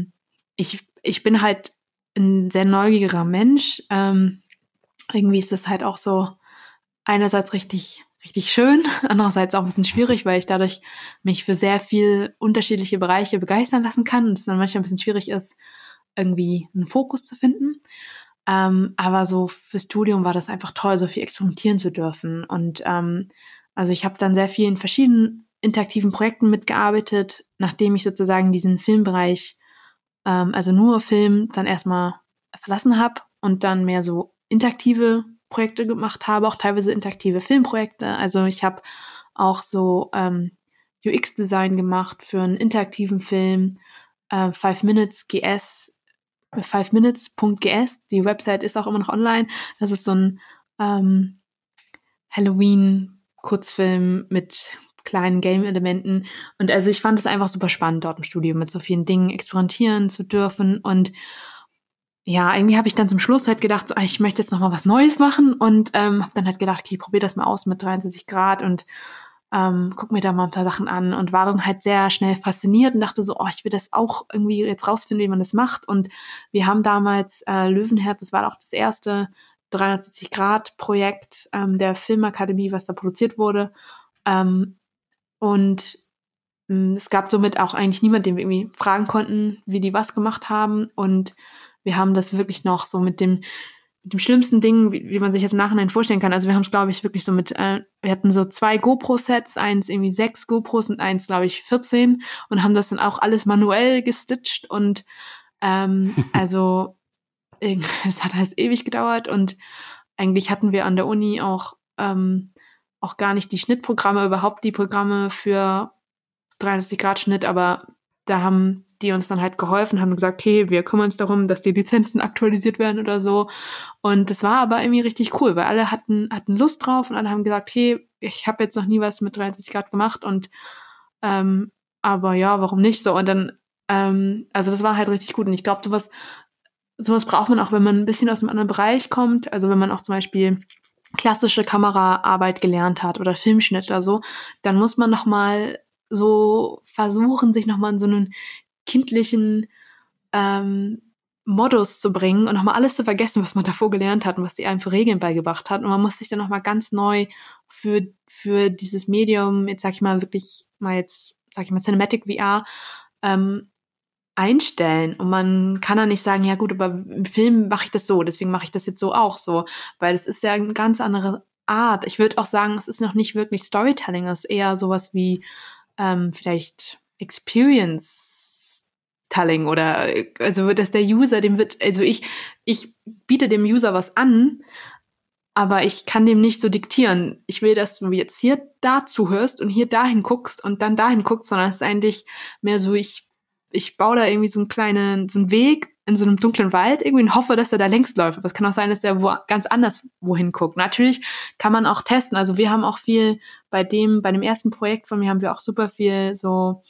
ich bin halt ein sehr neugieriger Mensch. Irgendwie ist das halt auch so einerseits richtig, richtig schön, andererseits auch ein bisschen schwierig, weil ich dadurch mich für sehr viel unterschiedliche Bereiche begeistern lassen kann und es dann manchmal ein bisschen schwierig ist, irgendwie einen Fokus zu finden. Aber so fürs Studium war das einfach toll, so viel experimentieren zu dürfen. Und also ich habe dann sehr viel in verschiedenen interaktiven Projekten mitgearbeitet, nachdem ich sozusagen diesen Filmbereich also nur Film, dann erstmal verlassen habe und dann mehr so interaktive Projekte gemacht habe, auch teilweise interaktive Filmprojekte. Also ich habe auch so UX-Design gemacht für einen interaktiven Film, 5 Minutes GS, 5minutes.gs. Die Website ist auch immer noch online. Das ist so ein Halloween-Kurzfilm mit kleinen Game-Elementen. Und also ich fand es einfach super spannend, dort im Studio mit so vielen Dingen experimentieren zu dürfen. Und ja, irgendwie habe ich dann zum Schluss halt gedacht, so, ich möchte jetzt noch mal was Neues machen und habe dann halt gedacht, okay, ich probiere das mal aus mit 63 Grad und guck mir da mal ein paar Sachen an und war dann halt sehr schnell fasziniert und dachte so, ich will das auch irgendwie jetzt rausfinden, wie man das macht. Und wir haben damals Löwenherz, das war auch das erste 360-Grad-Projekt der Filmakademie, was da produziert wurde. Und es gab somit auch eigentlich niemand, den wir irgendwie fragen konnten, wie die was gemacht haben. Und wir haben das wirklich noch so mit dem schlimmsten Ding, wie man sich jetzt im Nachhinein vorstellen kann. Also wir haben es, glaube ich, wirklich so mit, wir hatten so 2 GoPro-Sets, eins irgendwie 6 GoPros und eins, glaube ich, 14 und haben das dann auch alles manuell gestitcht und also es hat halt ewig gedauert und eigentlich hatten wir an der Uni auch gar nicht die Schnittprogramme, überhaupt die Programme für 360-Grad-Schnitt, aber da haben die uns dann halt geholfen, haben gesagt, okay, wir kümmern uns darum, dass die Lizenzen aktualisiert werden oder so. Und das war aber irgendwie richtig cool, weil alle hatten Lust drauf und alle haben gesagt, okay, ich habe jetzt noch nie was mit 63 Grad gemacht und aber ja, warum nicht so? Und dann, also das war halt richtig gut. Und ich glaube, sowas braucht man auch, wenn man ein bisschen aus einem anderen Bereich kommt. Also wenn man auch zum Beispiel klassische Kameraarbeit gelernt hat oder Filmschnitt oder so, dann muss man noch mal so versuchen, sich noch mal in so einen kindlichen Modus zu bringen und nochmal alles zu vergessen, was man davor gelernt hat und was die einem für Regeln beigebracht hat. Und man muss sich dann nochmal ganz neu für dieses Medium, jetzt sag ich mal Cinematic VR, einstellen. Und man kann dann nicht sagen, ja gut, aber im Film mache ich das so, deswegen mache ich das jetzt so auch so. Weil es ist ja eine ganz andere Art. Ich würde auch sagen, es ist noch nicht wirklich Storytelling, es ist eher sowas wie vielleicht Experience Telling oder also dass der User ich biete dem User was an, aber ich kann dem nicht so diktieren. Ich will, dass du jetzt hier da zuhörst und hier dahin guckst und dann dahin guckst, sondern es ist eigentlich mehr so, ich baue da irgendwie so einen Weg in so einem dunklen Wald irgendwie und hoffe, dass er da längst läuft. Aber es kann auch sein, dass er ganz anders wohin guckt. Natürlich kann man auch testen. Also wir haben auch viel bei dem ersten Projekt von mir haben wir auch super viel so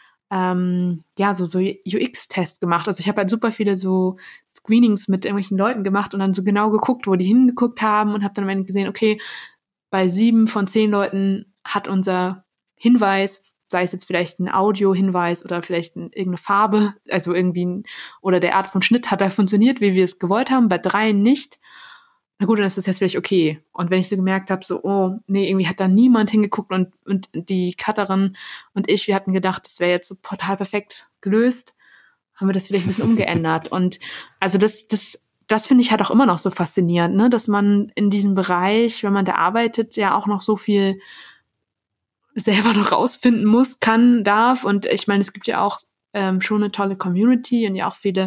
so UX-Tests gemacht. Also ich habe halt super viele so Screenings mit irgendwelchen Leuten gemacht und dann so genau geguckt, wo die hingeguckt haben und habe dann am Ende gesehen, okay, bei 7 von 10 Leuten hat unser Hinweis, sei es jetzt vielleicht ein Audio-Hinweis oder vielleicht irgendeine Farbe, also oder der Art von Schnitt hat da funktioniert, wie wir es gewollt haben, bei 3 nicht. Na gut, dann ist das jetzt vielleicht okay. Und wenn ich so gemerkt habe, so, oh, nee, irgendwie hat da niemand hingeguckt und die Cutterin und wir hatten gedacht, das wäre jetzt so total perfekt gelöst, haben wir das vielleicht ein bisschen umgeändert. Und also das finde ich halt auch immer noch so faszinierend, ne, dass man in diesem Bereich, wenn man da arbeitet, ja auch noch so viel selber noch rausfinden muss, kann, darf. Und ich meine, es gibt ja auch schon eine tolle Community und ja auch viele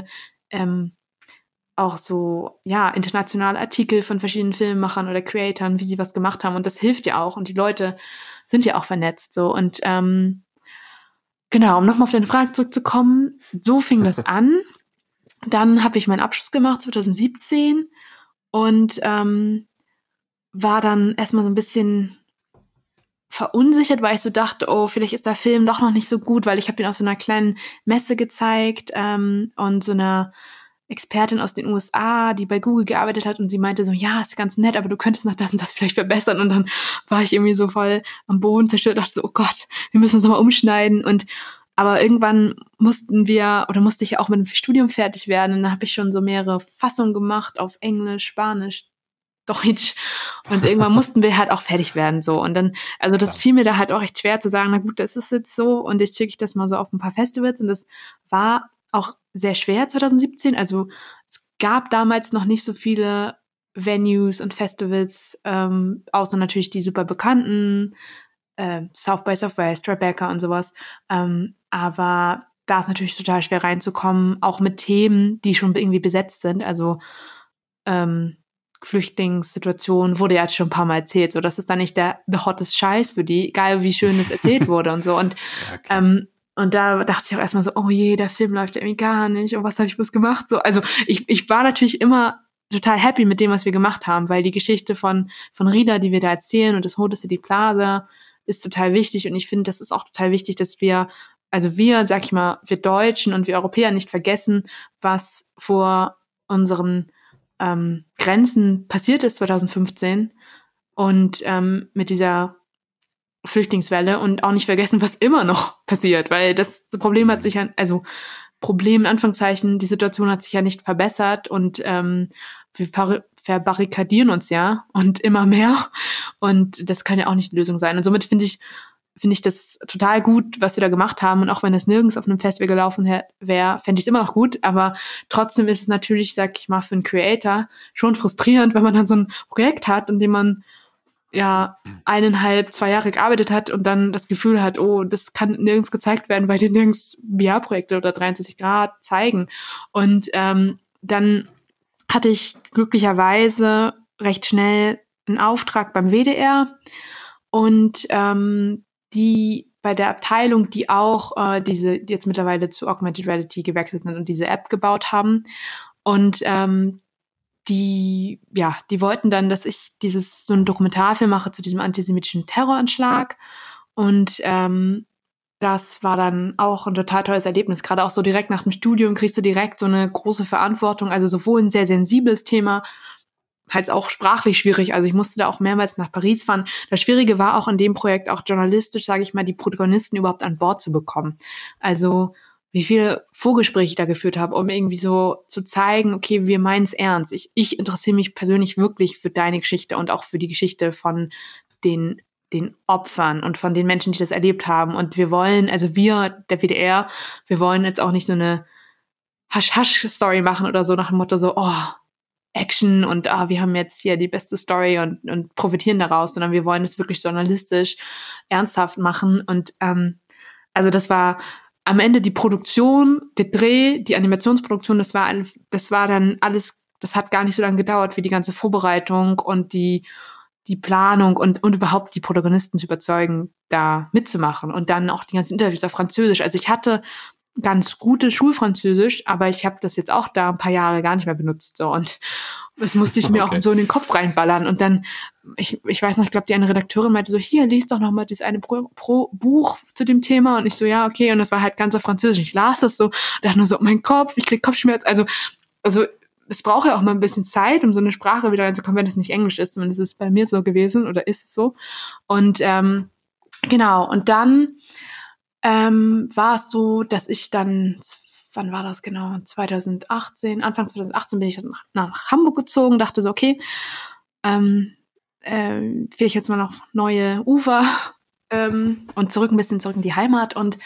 auch so, ja, internationale Artikel von verschiedenen Filmemachern oder Creatoren, wie sie was gemacht haben. Und das hilft ja auch. Und die Leute sind ja auch vernetzt, so. Und, genau, um nochmal auf deine Frage zurückzukommen. So fing das an. Dann habe ich meinen Abschluss gemacht, 2017. Und, war dann erstmal so ein bisschen verunsichert, weil ich so dachte, oh, vielleicht ist der Film doch noch nicht so gut, weil ich habe ihn auf so einer kleinen Messe gezeigt, und so einer Expertin aus den USA, die bei Google gearbeitet hat und sie meinte so, ja, ist ganz nett, aber du könntest noch das und das vielleicht verbessern und dann war ich irgendwie so voll am Boden zerstört und dachte so, oh Gott, wir müssen uns nochmal umschneiden aber irgendwann musste ich ja auch mit dem Studium fertig werden und dann habe ich schon so mehrere Fassungen gemacht auf Englisch, Spanisch, Deutsch und irgendwann mussten wir halt auch fertig werden so und dann, also das fiel mir da halt auch echt schwer zu sagen, na gut, das ist jetzt so und jetzt schicke ich das mal so auf ein paar Festivals und das war auch sehr schwer 2017, also es gab damals noch nicht so viele Venues und Festivals, außer natürlich die super bekannten, South by Southwest, Tribeca und sowas, aber da ist natürlich total schwer reinzukommen, auch mit Themen, die schon irgendwie besetzt sind. Also Flüchtlingssituation wurde ja jetzt schon ein paar Mal erzählt. So, das ist dann nicht der the hottest Scheiß für die, egal wie schön es erzählt wurde und so. Und Ja, und da dachte ich auch erstmal so, oh je, der Film läuft irgendwie gar nicht. Und was habe ich bloß gemacht? So, also ich war natürlich immer total happy mit dem, was wir gemacht haben, weil die Geschichte von Rida, die wir da erzählen und das Hotel City Plaza ist total wichtig. Und ich finde, das ist auch total wichtig, dass wir, also wir, sag ich mal, wir Deutschen und wir Europäer nicht vergessen, was vor unseren Grenzen passiert ist 2015 und mit dieser Flüchtlingswelle und auch nicht vergessen, was immer noch passiert, weil das Problem hat sich ja, also Problem in Anführungszeichen, die Situation hat sich ja nicht verbessert und wir verbarrikadieren uns ja und immer mehr und das kann ja auch nicht die Lösung sein. Und somit finde ich das total gut, was wir da gemacht haben. Und auch wenn das nirgends auf einem Festival gelaufen wäre, fände ich es immer noch gut. Aber trotzdem ist es natürlich, sag ich mal, für einen Creator schon frustrierend, wenn man dann so ein Projekt hat, in dem man ja 1,5, 2 Jahre gearbeitet hat und dann das Gefühl hat, oh, das kann nirgends gezeigt werden, weil die nirgends VR-Projekte oder 63 Grad zeigen. Und dann hatte ich glücklicherweise recht schnell einen Auftrag beim WDR und die bei der Abteilung, die auch die jetzt mittlerweile zu Augmented Reality gewechselt sind und diese App gebaut haben. Und die wollten dann, dass ich so einen Dokumentarfilm mache zu diesem antisemitischen Terroranschlag. Und das war dann auch ein total tolles Erlebnis. Gerade auch so direkt nach dem Studium kriegst du direkt so eine große Verantwortung. Also sowohl ein sehr sensibles Thema, halt auch sprachlich schwierig. Also ich musste da auch mehrmals nach Paris fahren. Das Schwierige war auch in dem Projekt auch journalistisch, sage ich mal, die Protagonisten überhaupt an Bord zu bekommen. Also wie viele Vorgespräche ich da geführt habe, um irgendwie so zu zeigen, okay, wir meinen es ernst. Ich interessiere mich persönlich wirklich für deine Geschichte und auch für die Geschichte von den Opfern und von den Menschen, die das erlebt haben. Und wir wollen, also wir, der WDR, wir wollen jetzt auch nicht so eine Hasch-Hasch-Story machen oder so nach dem Motto so, oh, Action und wir haben jetzt hier die beste Story und profitieren daraus, sondern wir wollen es wirklich journalistisch ernsthaft machen. Und also das war am Ende die Produktion, der Dreh, die Animationsproduktion, das war dann alles, das hat gar nicht so lange gedauert wie die ganze Vorbereitung und die Planung und überhaupt die Protagonisten zu überzeugen, da mitzumachen und dann auch die ganzen Interviews auf Französisch. Also ich hatte ganz gutes Schulfranzösisch, aber ich habe das jetzt auch da ein paar Jahre gar nicht mehr benutzt. So. Und das musste ich mir auch so in den Kopf reinballern. Und dann, ich weiß noch, ich glaube, die eine Redakteurin meinte so, hier, lies doch noch mal das eine pro Buch zu dem Thema. Und ich so, ja, okay. Und das war halt ganz auf Französisch. Ich las das so, dachte nur so, mein Kopf, ich krieg Kopfschmerz. Also es braucht ja auch mal ein bisschen Zeit, um so eine Sprache wieder reinzukommen, wenn es nicht Englisch ist. Zumindest ist es bei mir so gewesen oder ist es so. Und genau, und dann war es so, dass ich dann, wann war das genau? Anfang 2018 bin ich dann nach Hamburg gezogen, dachte so, okay, will ich jetzt mal noch neue Ufer und ein bisschen zurück in die Heimat. Und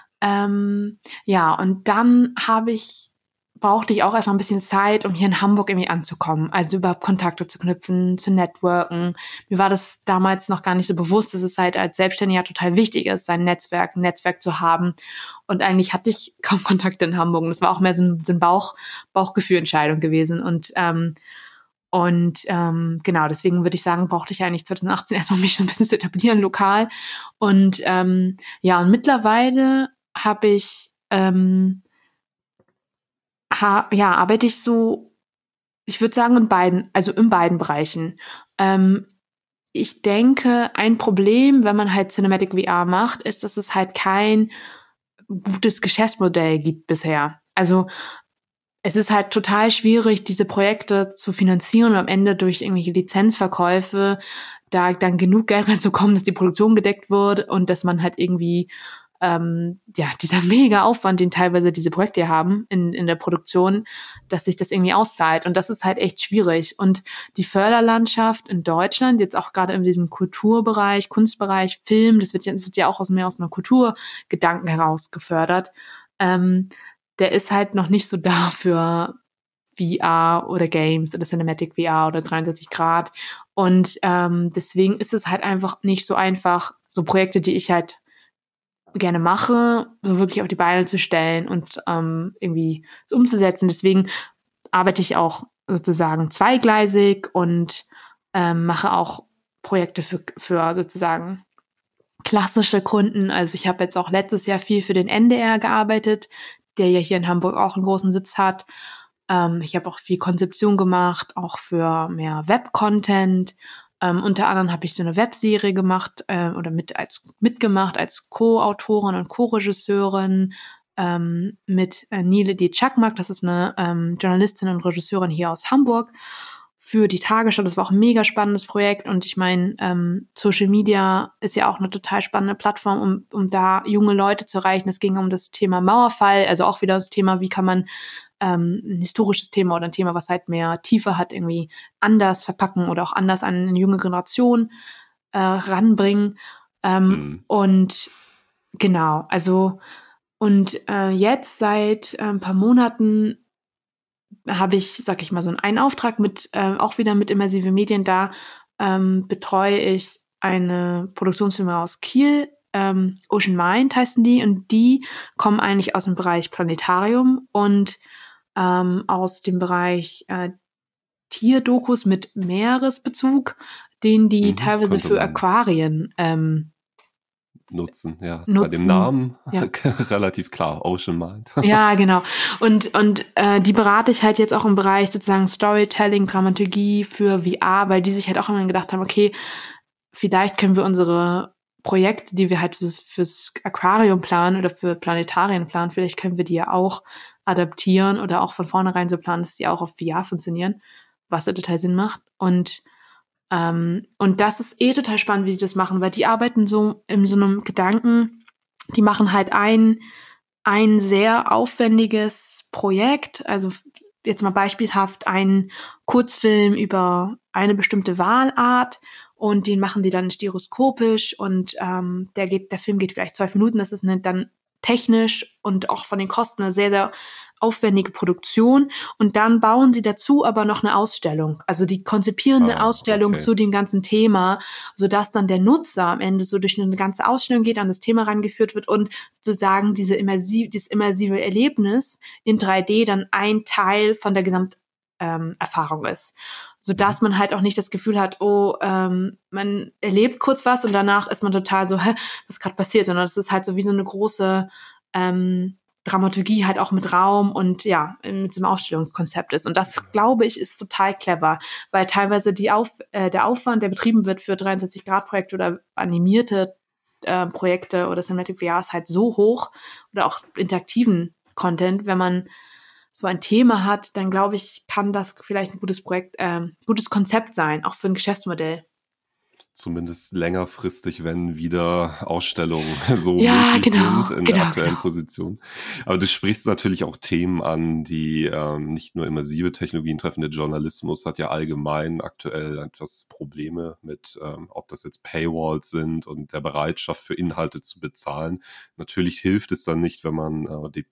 und dann brauchte ich auch erstmal ein bisschen Zeit, um hier in Hamburg irgendwie anzukommen. Also überhaupt Kontakte zu knüpfen, zu networken. Mir war das damals noch gar nicht so bewusst, dass es halt als Selbstständiger total wichtig ist, ein Netzwerk zu haben. Und eigentlich hatte ich kaum Kontakte in Hamburg. Und das war auch mehr so ein Bauchgefühlentscheidung gewesen. Und genau, deswegen würde ich sagen, brauchte ich eigentlich 2018 erstmal mich so ein bisschen zu etablieren, lokal. Und und mittlerweile habe ich arbeite ich so, ich würde sagen, in beiden Bereichen. Ich denke, ein Problem, wenn man halt Cinematic VR macht, ist, dass es halt kein gutes Geschäftsmodell gibt bisher. Also es ist halt total schwierig, diese Projekte zu finanzieren und am Ende durch irgendwelche Lizenzverkäufe da dann genug Geld reinzukommen, dass die Produktion gedeckt wird und dass man halt irgendwie dieser mega Aufwand, den teilweise diese Projekte haben in der Produktion, dass sich das irgendwie auszahlt. Und das ist halt echt schwierig. Und die Förderlandschaft in Deutschland, jetzt auch gerade in diesem Kulturbereich, Kunstbereich, Film, das wird ja auch mehr aus einer Kulturgedanken heraus gefördert, der ist halt noch nicht so da für VR oder Games oder Cinematic VR oder 63 Grad. Und deswegen ist es halt einfach nicht so einfach, so Projekte, die ich halt gerne mache, so wirklich auf die Beine zu stellen und irgendwie so umzusetzen. Deswegen arbeite ich auch sozusagen zweigleisig und mache auch Projekte für sozusagen klassische Kunden. Also ich habe jetzt auch letztes Jahr viel für den NDR gearbeitet, der ja hier in Hamburg auch einen großen Sitz hat. Ich habe auch viel Konzeption gemacht, auch für mehr Web-Content. Unter anderem habe ich so eine Webserie gemacht oder mitgemacht als Co-Autorin und Co-Regisseurin mit Nele D. Czakmak. Das ist eine Journalistin und Regisseurin hier aus Hamburg für die Tagesschau. Das war auch ein mega spannendes Projekt. Und ich meine, Social Media ist ja auch eine total spannende Plattform, um da junge Leute zu erreichen. Es ging um das Thema Mauerfall, also auch wieder das Thema, wie kann man ein historisches Thema oder ein Thema, was halt mehr Tiefe hat, irgendwie anders verpacken oder auch anders an eine junge Generation ranbringen. Und genau, also und jetzt seit ein paar Monaten habe ich, sag ich mal, so einen Auftrag mit, auch wieder mit Immersive Medien. Da betreue ich eine Produktionsfirma aus Kiel, Ocean Mind heißen die, und die kommen eigentlich aus dem Bereich Planetarium und aus dem Bereich Tierdokus mit Meeresbezug, den die teilweise für Aquarien nutzen. Ja, bei dem nutzen. Namen Ja. relativ klar, Ocean Mind. Ja, genau. Und die berate ich halt jetzt auch im Bereich sozusagen Storytelling, Dramaturgie für VR, weil die sich halt auch immer gedacht haben, okay, vielleicht können wir unsere Projekte, die wir halt fürs Aquarium planen oder für Planetarien planen, vielleicht können wir die ja auch adaptieren oder auch von vornherein so planen, dass die auch auf VR funktionieren, was ja total Sinn macht. Und das ist total spannend, wie die das machen, weil die arbeiten so in so einem Gedanken, die machen halt ein sehr aufwendiges Projekt, also jetzt mal beispielhaft einen Kurzfilm über eine bestimmte Walart und den machen die dann stereoskopisch und der Film geht vielleicht 12 Minuten, das ist dann technisch und auch von den Kosten eine sehr, sehr aufwendige Produktion und dann bauen sie dazu aber noch eine Ausstellung. Also die konzipieren eine Ausstellung zu dem ganzen Thema, sodass dann der Nutzer am Ende so durch eine ganze Ausstellung geht, an das Thema rangeführt wird und sozusagen dieses immersive Erlebnis in 3D dann ein Teil von der Gesamterfahrung ist. Sodass man halt auch nicht das Gefühl hat, man erlebt kurz was und danach ist man total so, was gerade passiert, sondern es ist halt so wie so eine große Dramaturgie halt auch mit Raum und ja, mit so einem Ausstellungskonzept ist. Und das, glaube ich, ist total clever, weil teilweise der Aufwand, der betrieben wird für 63-Grad-Projekte oder animierte Projekte oder Cinematic VR ist halt so hoch oder auch interaktiven Content, wenn man so ein Thema hat, dann glaube ich, kann das vielleicht ein gutes Konzept sein, auch für ein Geschäftsmodell. Zumindest längerfristig, wenn wieder Ausstellungen so möglich sind in der aktuellen Position. Aber du sprichst natürlich auch Themen an, die nicht nur immersive Technologien treffen. Der Journalismus hat ja allgemein aktuell etwas Probleme mit, ob das jetzt Paywalls sind und der Bereitschaft für Inhalte zu bezahlen. Natürlich hilft es dann nicht, wenn man auf der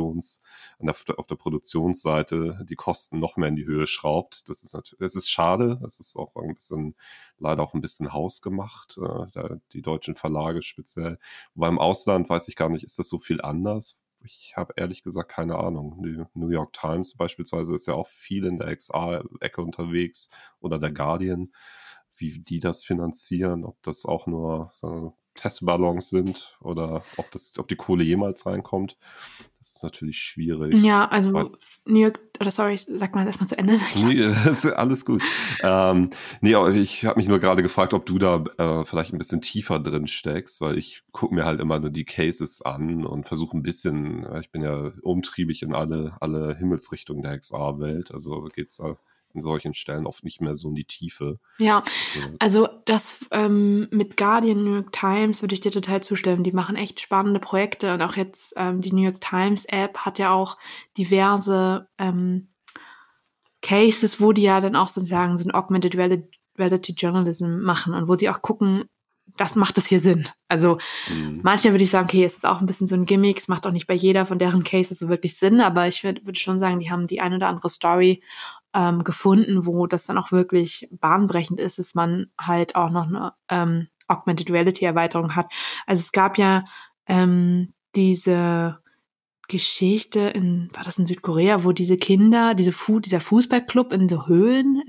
Produktionsseite die Kosten noch mehr in die Höhe schraubt. Das ist schade. Das ist auch leider auch ein bisschen hausgemacht, die deutschen Verlage speziell. Wobei im Ausland weiß ich gar nicht, ist das so viel anders? Ich habe ehrlich gesagt keine Ahnung. Die New York Times beispielsweise ist ja auch viel in der XR-Ecke unterwegs oder der Guardian, wie die das finanzieren, ob das auch nur so Testballons sind oder ob die Kohle jemals reinkommt. Das ist natürlich schwierig. Ja, also New York, oder sorry, sag mal erstmal zu Ende. Nee, das ist alles gut. Aber ich habe mich nur gerade gefragt, ob du da vielleicht ein bisschen tiefer drin steckst, weil ich gucke mir halt immer nur die Cases an und versuche ein bisschen, ich bin ja umtriebig in alle Himmelsrichtungen der XR-Welt, also geht's da an solchen Stellen oft nicht mehr so in die Tiefe. Ja, also das mit Guardian, New York Times würde ich dir total zustimmen. Die machen echt spannende Projekte und auch jetzt die New York Times App hat ja auch diverse Cases, wo die ja dann auch sozusagen so ein Augmented Reality Journalism machen und wo die auch gucken, macht das hier Sinn? Also manchmal würde ich sagen, okay, es ist auch ein bisschen so ein Gimmick, es macht auch nicht bei jeder von deren Cases so wirklich Sinn, aber ich würde schon sagen, die haben die eine oder andere Story gefunden, wo das dann auch wirklich bahnbrechend ist, dass man halt auch noch eine Augmented Reality Erweiterung hat. Also es gab ja diese Geschichte war das in Südkorea, wo diese Kinder, dieser Fußballclub in so Höhlen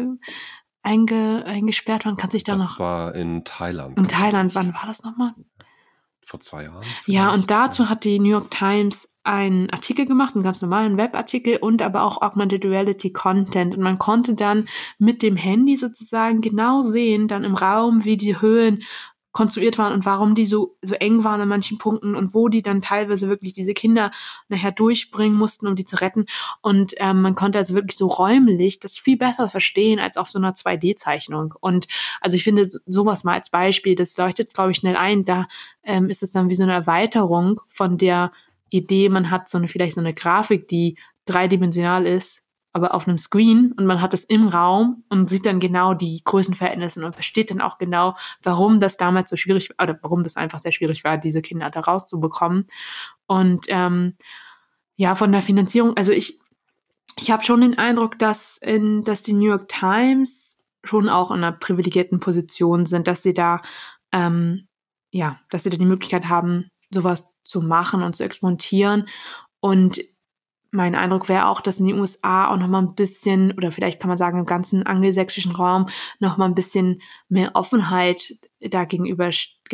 eingesperrt waren. Kannst du dich da Das noch... war in Thailand, In glaube Thailand, ich. wann war das nochmal? Vor 2 Jahren Ja, und vielleicht? dazu hat die New York Times einen Artikel gemacht, einen ganz normalen Webartikel und aber auch Augmented Reality Content. Und man konnte dann mit dem Handy sozusagen genau sehen, dann im Raum, wie die Höhlen konstruiert waren und warum die so eng waren an manchen Punkten und wo die dann teilweise wirklich diese Kinder nachher durchbringen mussten, um die zu retten. Und man konnte also wirklich so räumlich das viel besser verstehen als auf so einer 2D-Zeichnung. Und also ich finde sowas mal als Beispiel, das leuchtet, glaube ich, schnell ein. Da ist es dann wie so eine Erweiterung von der Idee, man hat vielleicht so eine Grafik, die dreidimensional ist, aber auf einem Screen und man hat es im Raum und sieht dann genau die Größenverhältnisse und versteht dann auch genau, warum das damals so schwierig war oder warum das einfach sehr schwierig war, diese Kinder da rauszubekommen. Und ja, von der Finanzierung, also ich habe schon den Eindruck, dass die New York Times schon auch in einer privilegierten Position sind, dass sie da dass sie da die Möglichkeit haben, sowas zu machen und zu exportieren. Und mein Eindruck wäre auch, dass in den USA auch noch mal ein bisschen, oder vielleicht kann man sagen, im ganzen angelsächsischen Raum noch mal ein bisschen mehr Offenheit da gegenüber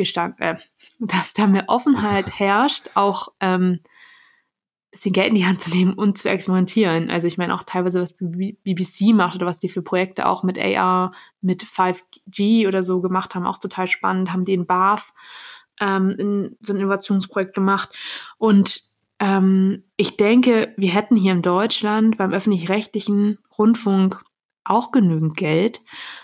dass da mehr Offenheit herrscht, auch bisschen Geld in die Hand zu nehmen und zu experimentieren. Also ich meine auch teilweise, was BBC macht oder was die für Projekte auch mit AR, mit 5G oder so gemacht haben, auch total spannend, haben die in Bath in so ein Innovationsprojekt gemacht. Und ich denke, wir hätten hier in Deutschland beim öffentlich-rechtlichen Rundfunk auch genügend Geld,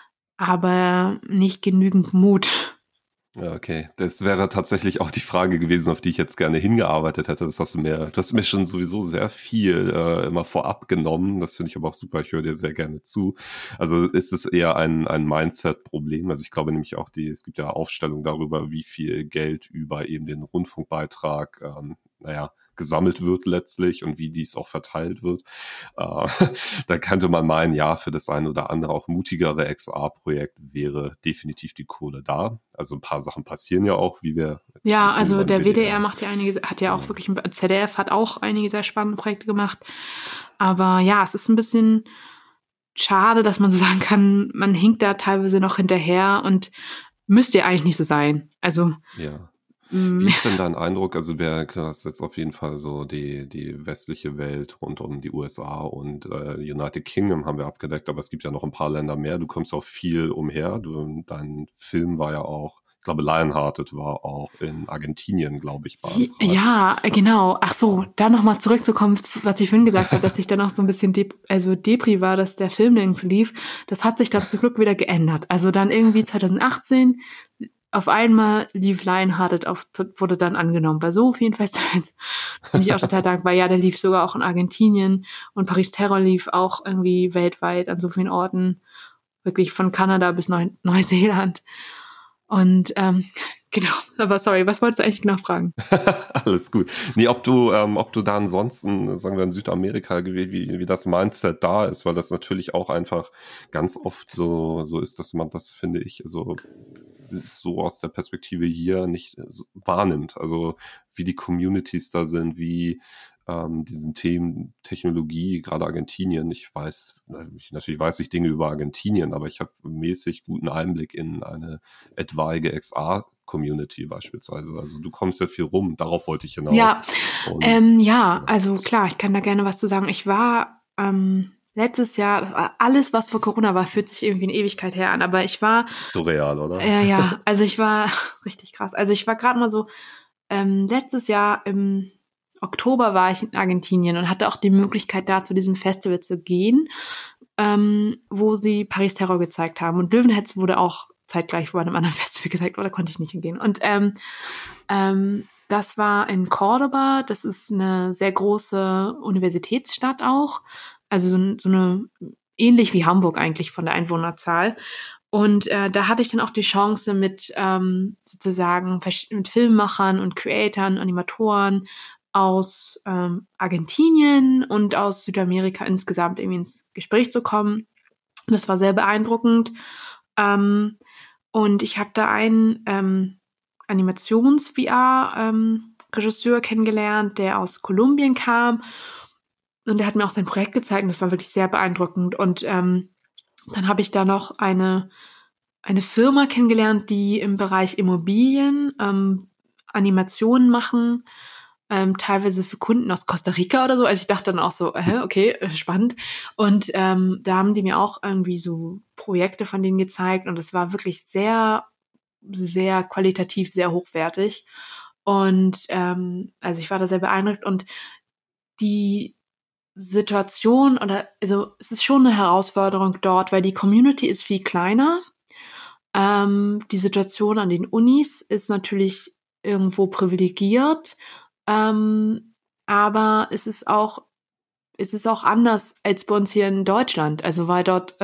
aber nicht genügend Mut. Ja, okay. Das wäre tatsächlich auch die Frage gewesen, auf die ich jetzt gerne hingearbeitet hätte. Du hast mir schon sowieso sehr viel immer vorab genommen. Das finde ich aber auch super. Ich höre dir sehr gerne zu. Also ist es eher ein Mindset-Problem. Also ich glaube nämlich auch, es gibt ja Aufstellungen darüber, wie viel Geld über eben den Rundfunkbeitrag, gesammelt wird letztlich und wie dies auch verteilt wird. Äh, Da könnte man meinen, ja, für das eine oder andere auch mutigere XR-Projekt wäre definitiv die Kohle da. Also ein paar Sachen passieren ja auch, wie wir jetzt Ja, wissen also beim der WDR WDR. macht ja einige, hat ja auch Ja. wirklich, ZDF hat auch einige sehr spannende Projekte gemacht. Aber ja, es ist ein bisschen schade, dass man so sagen kann, man hinkt da teilweise noch hinterher und müsste ja eigentlich nicht so sein. Also, Ja. Wie mm, ist denn dein Eindruck? Also du hast jetzt auf jeden Fall so die westliche Welt rund um die USA und United Kingdom haben wir abgedeckt, aber es gibt ja noch ein paar Länder mehr. Du kommst auch viel umher. Dein Film war ja auch, ich glaube, Lionhearted war auch in Argentinien, glaube ich, war ein Preis. ja, genau. Ach so, da nochmal zurückzukommen, was ich vorhin gesagt habe, dass ich dann auch so ein bisschen Depri war, dass der Film nirgends lief. Das hat sich dann zum Glück wieder geändert. Also dann irgendwie 2018 auf einmal lief Lionhearted wurde dann angenommen bei so vielen Festivals. Bin ich auch total dankbar. Ja, der lief sogar auch in Argentinien und Paris Terror lief auch irgendwie weltweit an so vielen Orten. Wirklich von Kanada bis Neuseeland. Und genau, aber sorry, was wolltest du eigentlich genau fragen? Alles gut. Nee, ob du da ansonsten, sagen wir in Südamerika, wie das Mindset da ist, weil das natürlich auch einfach ganz oft so ist, dass man das, finde ich, so aus der Perspektive hier nicht so wahrnimmt. Also wie die Communities da sind, wie diesen Themen Technologie, gerade Argentinien. Natürlich weiß ich Dinge über Argentinien, aber ich habe mäßig guten Einblick in eine etwaige XR-Community beispielsweise. Also du kommst ja viel rum, darauf wollte ich hinaus. Ja, Und ja, also klar, ich kann da gerne was zu sagen. Ich war letztes Jahr, das war alles, was vor Corona war, fühlt sich irgendwie eine Ewigkeit her an, aber ich war, surreal, oder? ja, also ich war richtig krass. Also ich war gerade mal so, letztes Jahr im Oktober war ich in Argentinien und hatte auch die Möglichkeit, da zu diesem Festival zu gehen, wo sie Paris Terror gezeigt haben. Und Löwenherz wurde auch zeitgleich bei einem anderen Festival gezeigt, aber da konnte ich nicht hingehen. Und das war in Córdoba. Das ist eine sehr große Universitätsstadt auch. Also so eine, ähnlich wie Hamburg eigentlich von der Einwohnerzahl. Und da hatte ich dann auch die Chance mit sozusagen mit Filmemachern und Creatoren, Animatoren aus Argentinien und aus Südamerika insgesamt irgendwie ins Gespräch zu kommen. Das war sehr beeindruckend. Und ich habe da einen Animations-VR-Regisseur kennengelernt, der aus Kolumbien kam. Und der hat mir auch sein Projekt gezeigt und das war wirklich sehr beeindruckend. Und dann habe ich da noch eine Firma kennengelernt, die im Bereich Immobilien Animationen machen, teilweise für Kunden aus Costa Rica oder so. Also ich dachte dann auch so, okay, spannend. Und da haben die mir auch irgendwie so Projekte von denen gezeigt und es war wirklich sehr, sehr qualitativ, sehr hochwertig. Und also ich war da sehr beeindruckt und die Situation also es ist schon eine Herausforderung dort, weil die Community ist viel kleiner. Die Situation an den Unis ist natürlich irgendwo privilegiert, aber es ist auch anders als bei uns hier in Deutschland. Also weil dort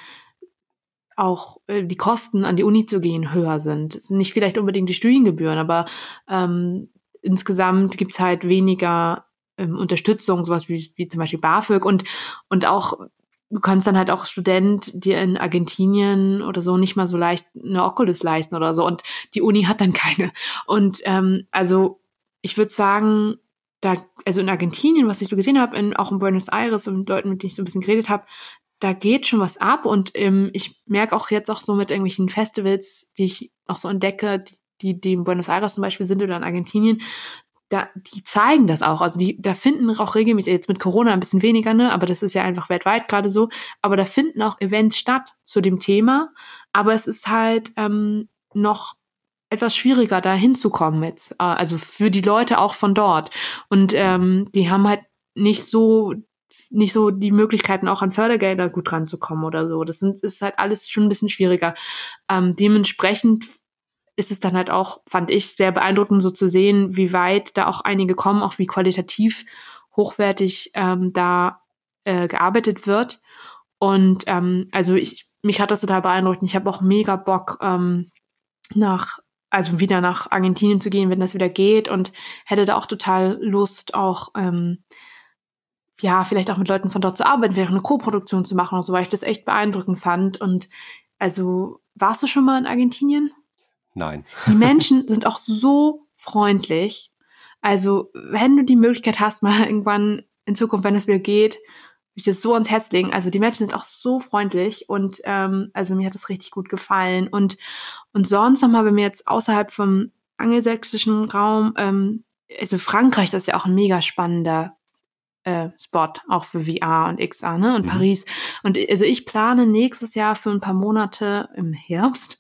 auch die Kosten an die Uni zu gehen höher sind. Es sind nicht vielleicht unbedingt die Studiengebühren, aber insgesamt gibt's halt weniger Unterstützung, sowas wie zum Beispiel BAföG und auch du kannst dann halt auch Student dir in Argentinien oder so nicht mal so leicht eine Oculus leisten oder so und die Uni hat dann keine. Und also ich würde sagen, also in Argentinien, was ich so gesehen habe, auch in Buenos Aires und mit Leuten, mit denen ich so ein bisschen geredet habe, da geht schon was ab und ich merke auch jetzt auch so mit irgendwelchen Festivals, die ich auch so entdecke, die in Buenos Aires zum Beispiel sind oder in Argentinien, die zeigen das auch. Also da finden auch regelmäßig, jetzt mit Corona ein bisschen weniger, ne, aber das ist ja einfach weltweit gerade so, aber da finden auch Events statt zu dem Thema, aber es ist halt noch etwas schwieriger, da hinzukommen jetzt, also für die Leute auch von dort. Und die haben halt nicht so die Möglichkeiten, auch an Fördergelder gut ranzukommen oder so. Ist halt alles schon ein bisschen schwieriger. Dementsprechend ist es dann halt auch, fand ich, sehr beeindruckend, so zu sehen, wie weit da auch einige kommen, auch wie qualitativ hochwertig da gearbeitet wird. Und also mich hat das total beeindruckt. Und ich habe auch mega Bock, wieder nach Argentinien zu gehen, wenn das wieder geht. Und hätte da auch total Lust, auch vielleicht auch mit Leuten von dort zu arbeiten, wäre eine Co-Produktion zu machen oder so, weil ich das echt beeindruckend fand. Und also, warst du schon mal in Argentinien? Nein. Die Menschen sind auch so freundlich. Also, wenn du die Möglichkeit hast, mal irgendwann in Zukunft, wenn es wieder geht, würde ich das so ans Herz legen. Also, die Menschen sind auch so freundlich und also mir hat das richtig gut gefallen. Und sonst nochmal, wenn wir jetzt außerhalb vom angelsächsischen Raum, also Frankreich, das ist ja auch ein mega spannender Spot, auch für VR und XR, ne? Und Paris. Und also ich plane nächstes Jahr für ein paar Monate im Herbst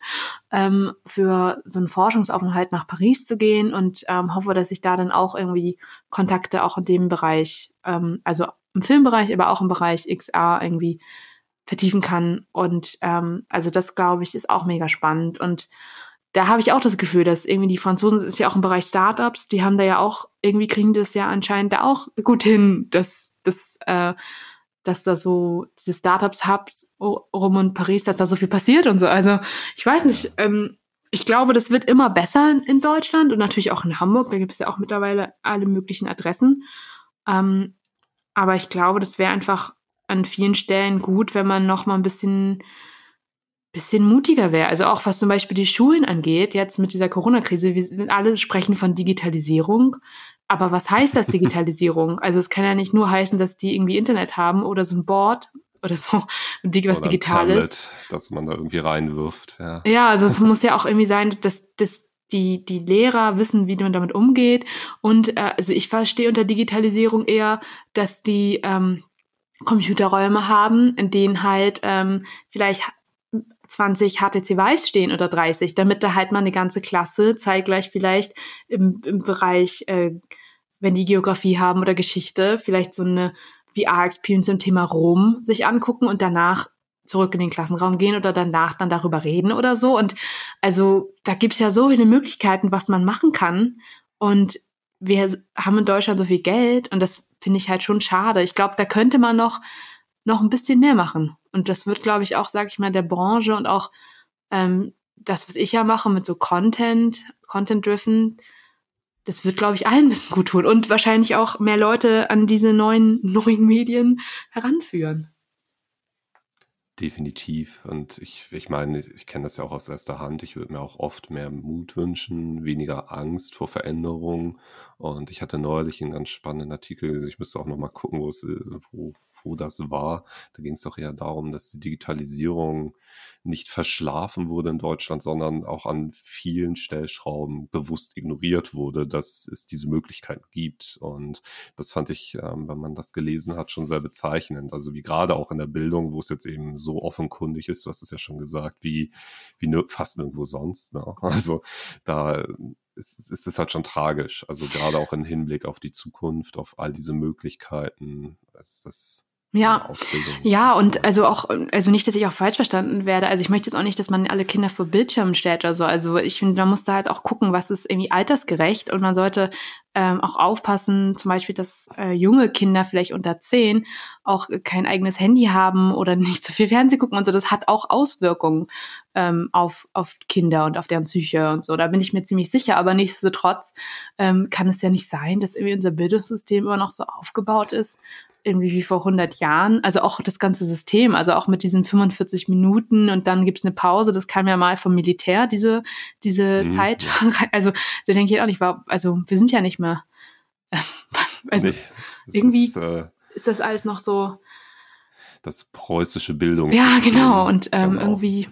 für so einen Forschungsaufenthalt nach Paris zu gehen und hoffe, dass ich da dann auch irgendwie Kontakte auch in dem Bereich, also im Filmbereich, aber auch im Bereich XR irgendwie vertiefen kann. Und also das, glaube ich, ist auch mega spannend. Und da habe ich auch das Gefühl, dass irgendwie die Franzosen, das ist ja auch im Bereich Startups, die haben da ja auch, irgendwie kriegen das ja anscheinend da auch gut hin, dass da so diese Startups-Hubs rum in Paris, dass da so viel passiert und so. Also ich weiß nicht, ich glaube, das wird immer besser in Deutschland und natürlich auch in Hamburg, da gibt es ja auch mittlerweile alle möglichen Adressen. Aber ich glaube, das wäre einfach an vielen Stellen gut, wenn man noch mal ein bisschen mutiger wäre. Also auch was zum Beispiel die Schulen angeht, jetzt mit dieser Corona-Krise, wir alle sprechen von Digitalisierung. Aber was heißt das, Digitalisierung? Also es kann ja nicht nur heißen, dass die irgendwie Internet haben oder so ein Board oder so, was Oder digital ein Tablet, ist. das man da irgendwie reinwirft. Ja, Ja, also es muss ja auch irgendwie sein, dass die Lehrer wissen, wie man damit umgeht. Und also ich verstehe unter Digitalisierung eher, dass die Computerräume haben, in denen halt vielleicht 20 HTC Vives stehen oder 30, damit da halt mal eine ganze Klasse zeitgleich vielleicht im Bereich, wenn die Geografie haben oder Geschichte, vielleicht so eine VR-Experience zum Thema Rom sich angucken und danach zurück in den Klassenraum gehen oder danach dann darüber reden oder so. Und also da gibt's ja so viele Möglichkeiten, was man machen kann. Und wir haben in Deutschland so viel Geld und das finde ich halt schon schade. Ich glaube, da könnte man noch ein bisschen mehr machen. Und das wird, glaube ich, auch, sage ich mal, der Branche und auch das, was ich ja mache mit so Content-driven, das wird, glaube ich, allen ein bisschen gut tun und wahrscheinlich auch mehr Leute an diese neuen Medien heranführen. Definitiv. Und ich meine, ich kenne das ja auch aus erster Hand. Ich würde mir auch oft mehr Mut wünschen, weniger Angst vor Veränderung. Und ich hatte neulich einen ganz spannenden Artikel gesehen. Ich müsste auch noch mal gucken, wo das war. Da ging es doch eher darum, dass die Digitalisierung nicht verschlafen wurde in Deutschland, sondern auch an vielen Stellschrauben bewusst ignoriert wurde, dass es diese Möglichkeit gibt. Und das fand ich, wenn man das gelesen hat, schon sehr bezeichnend. Also wie gerade auch in der Bildung, wo es jetzt eben so offenkundig ist, du hast es ja schon gesagt, wie fast nirgendwo sonst. Ne? Also da ist es halt schon tragisch. Also gerade auch im Hinblick auf die Zukunft, auf all diese Möglichkeiten, ist das in der Ja, Ausbildung ja, nicht und so. also nicht, dass ich auch falsch verstanden werde. Also ich möchte jetzt auch nicht, dass man alle Kinder vor Bildschirmen stellt oder so. Also ich finde, man muss da halt auch gucken, was ist irgendwie altersgerecht, und man sollte auch aufpassen, zum Beispiel, dass junge Kinder vielleicht unter 10 auch kein eigenes Handy haben oder nicht so viel Fernsehen gucken und so. Das hat auch Auswirkungen auf Kinder und auf deren Psyche und so. Da bin ich mir ziemlich sicher. Aber nichtsdestotrotz kann es ja nicht sein, dass irgendwie unser Bildungssystem immer noch so aufgebaut ist, irgendwie wie vor 100 Jahren, also auch das ganze System, also auch mit diesen 45 Minuten und dann gibt's eine Pause, das kam ja mal vom Militär, diese Zeit. Ja. Also da denke ich halt auch nicht, also wir sind ja nicht mehr, also Nee, das irgendwie ist ist das alles noch so, das preußische ja, genau, Bildungssystem. und Genau. irgendwie,